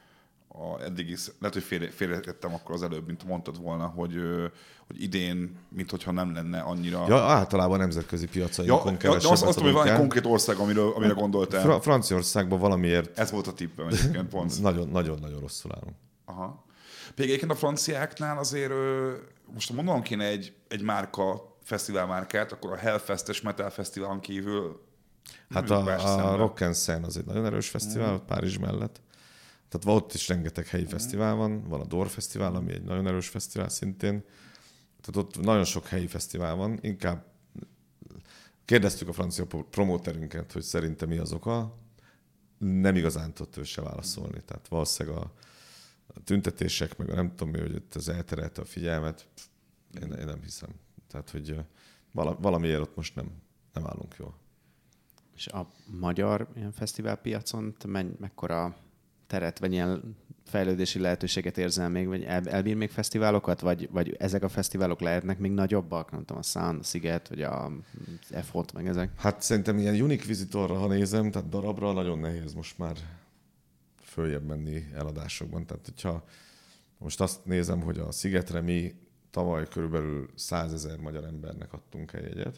a eddig is, lehet, hogy félre, félretettem akkor az előbb, mint mondtad volna, hogy, hogy idén, minthogyha nem lenne annyira... Ja, általában nemzetközi piacainkon ja, kevesebb. Ja, azt azt tudom, hogy van egy konkrét ország, amiről, amire gondoltál. Fra- Franciaországban valamiért... Ez volt a tippem egyébként, pont. Nagyon-nagyon rosszul állunk. Aha. Pedig egyébként a franciáknál azért, most mondanom kéne egy, egy márka, fesztiválmárkát, akkor a Hellfestes Metal Fesztiválon kívül... Hát a, a Rock and Sen az egy nagyon erős fesztivál, mm. Párizs mellett. Tehát ott is rengeteg helyi mm. fesztivál van, van a Dor Fesztivál, ami egy nagyon erős fesztivál szintén. Tehát ott nagyon sok helyi fesztivál van. Inkább kérdeztük a francia promóterünket, hogy szerintem mi az oka. Nem igazán tudott ő se válaszolni. Tehát valószínűleg a tüntetések, meg a nem tudom mi, hogy ez elterelte a figyelmet. Én, én nem hiszem. Tehát, hogy valamiért ott most nem, nem állunk jól. És a magyar ilyen fesztiválpiacon menny, mekkora teret, vagy ilyen fejlődési lehetőséget érzel még, vagy el, elbír még fesztiválokat, vagy, vagy ezek a fesztiválok lehetnek még nagyobbak? Nem tudom, a Sun, a Sziget, vagy a ef hat, meg ezek? Hát szerintem ilyen Unique Visitorra, ha nézem, tehát darabra nagyon nehéz most már följebb menni eladásokban. Tehát, hogyha most azt nézem, hogy a Szigetre mi tavaly körülbelül százezer magyar embernek adtunk egy jegyet,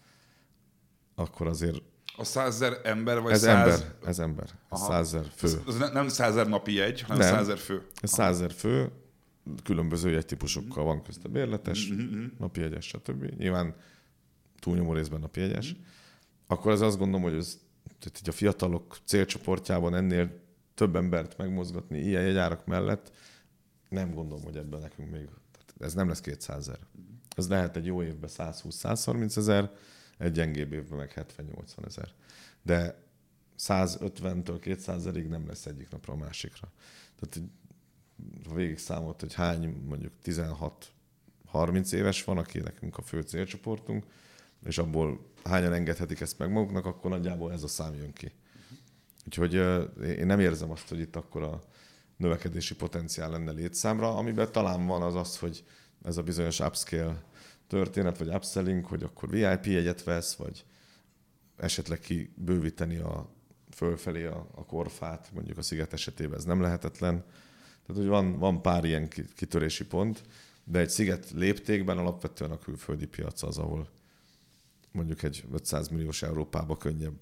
akkor azért... A százezer ember, vagy ez száz... ember, ez ember. Ez százezer fő. Ez, ez nem százezer napi jegy, hanem százezer fő. Ez százezer fő, különböző jegytípusokkal van közt a bérletes, mm-hmm. napi jegyes, stb. Nyilván túlnyomó részben napi jegyes. Mm-hmm. Akkor ez azt gondolom, hogy ez, tehát így a fiatalok célcsoportjában ennél több embert megmozgatni ilyen jegyárak mellett, nem gondolom, hogy ebben nekünk még... Ez nem lesz kétszázezer. Ez lehet egy jó évben százhúsz-százharminc ezer, egy gyengébb évben meg hetven-nyolcvan ezer. De százötventől kétszázerig nem lesz egyik napra a másikra. Tehát ha végig számolt, hogy hány mondjuk tizenhat-harminc éves van, aki nekünk a fő célcsoportunk, és abból hányan engedhetik ezt meg maguknak, akkor nagyjából ez a szám jön ki. Úgyhogy én nem érzem azt, hogy itt akkor a növekedési potenciál lenne létszámra, amiben talán van az az, hogy ez a bizonyos upscale történet, vagy upselling, hogy akkor vé i pé jegyet vesz, vagy esetleg kibővíteni a fölfelé a, a korfát, mondjuk a Sziget esetében ez nem lehetetlen. Tehát, hogy van, van pár ilyen kitörési pont, de egy Sziget léptékben alapvetően a külföldi piac az, ahol mondjuk egy ötszáz milliós Európába könnyebb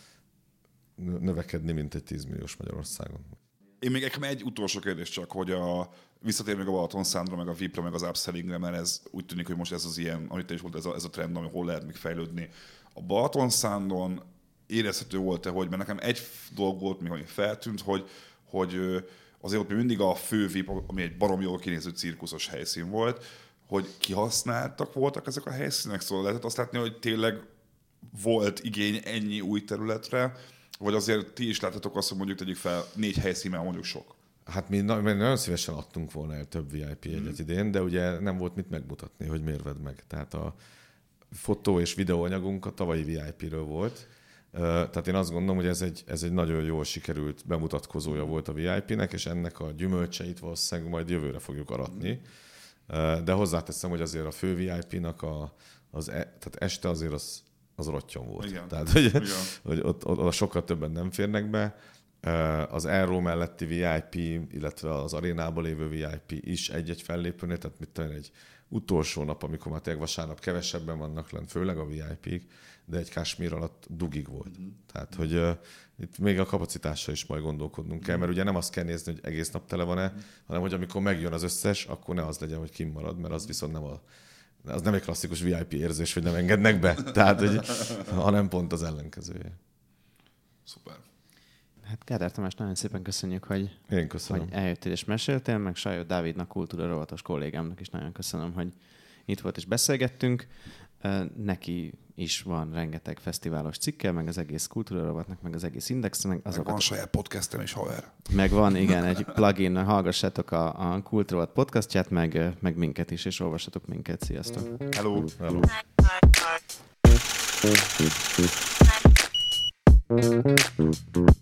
növekedni, mint egy tíz milliós Magyarországon. Én még egy utolsó kérdés csak, hogy a, visszatér még a Balaton Soundra, meg a vé i pé-re, meg az upsellingre, mert ez úgy tűnik, hogy most ez az ilyen, amit te is volt, ez a, ez a trend, ami hol lehet még fejlődni. A Balaton Soundon érezhető volt-e, hogy, mert nekem egy dolog volt, még ami feltűnt, hogy, hogy azért ott még mindig a fő vé i pé, ami egy barom jól kinéző cirkuszos helyszín volt, hogy kihasználtak voltak ezek a helyszínek, szóval lehetett azt látni, hogy tényleg volt igény ennyi új területre, vagy azért ti is láthatok azt, hogy mondjuk tegyük fel négy helyszínen mondjuk sok? Hát mi nagyon szívesen adtunk volna el több vé i pé jegyet mm. idén, de ugye nem volt mit megmutatni, hogy miért vedd meg. Tehát a fotó- és videóanyagunk a tavalyi vé i pé-ről volt. Tehát én azt gondolom, hogy ez egy, ez egy nagyon jól sikerült bemutatkozója volt a vé i pé-nek, és ennek a gyümölcseit valószínűleg majd jövőre fogjuk aratni. De hozzáteszem, hogy azért a fő vé i pé-nak a, az e, tehát este azért az az rottyon volt. Igen. Tehát, hogy, Igen. hogy ott, ott, ott sokkal többen nem férnek be. Az Aero melletti vé i pé, illetve az arénában lévő vé i pé is egy-egy fellépőnél, tehát mit tudom, egy utolsó nap, amikor már tényleg vasárnap kevesebben vannak lent, főleg a vé i pék, de egy Kashmir alatt dugig volt. Mm. Tehát, hogy uh, itt még a kapacitással is majd gondolkodnunk mm. kell, mert ugye nem azt kell nézni, hogy egész nap tele van-e, mm. hanem hogy amikor megjön az összes, akkor ne az legyen, hogy kim marad, mert az viszont nem a az nem egy klasszikus vé i pé érzés, hogy nem engednek be, tehát, hogy, hanem pont az ellenkezője. Szuper. Hát Kádár Tamás, nagyon szépen köszönjük, hogy, Én köszönöm. hogy eljöttél és meséltél, meg Sajó Dávidnak, kultúra rovatos kollégámnak is nagyon köszönöm, hogy itt volt és beszélgettünk. Neki is van rengeteg fesztiválos cikke, meg az egész kultúra rovatnak, meg az egész Indexnek. Meg van saját podcastem is, haver. Meg van, igen, egy plugin, hallgassátok a, a Kultúra Rovat podcastját, meg, meg minket is, és olvassatok minket. Sziasztok! Hello! Hello.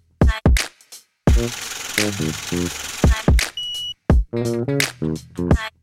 Hi.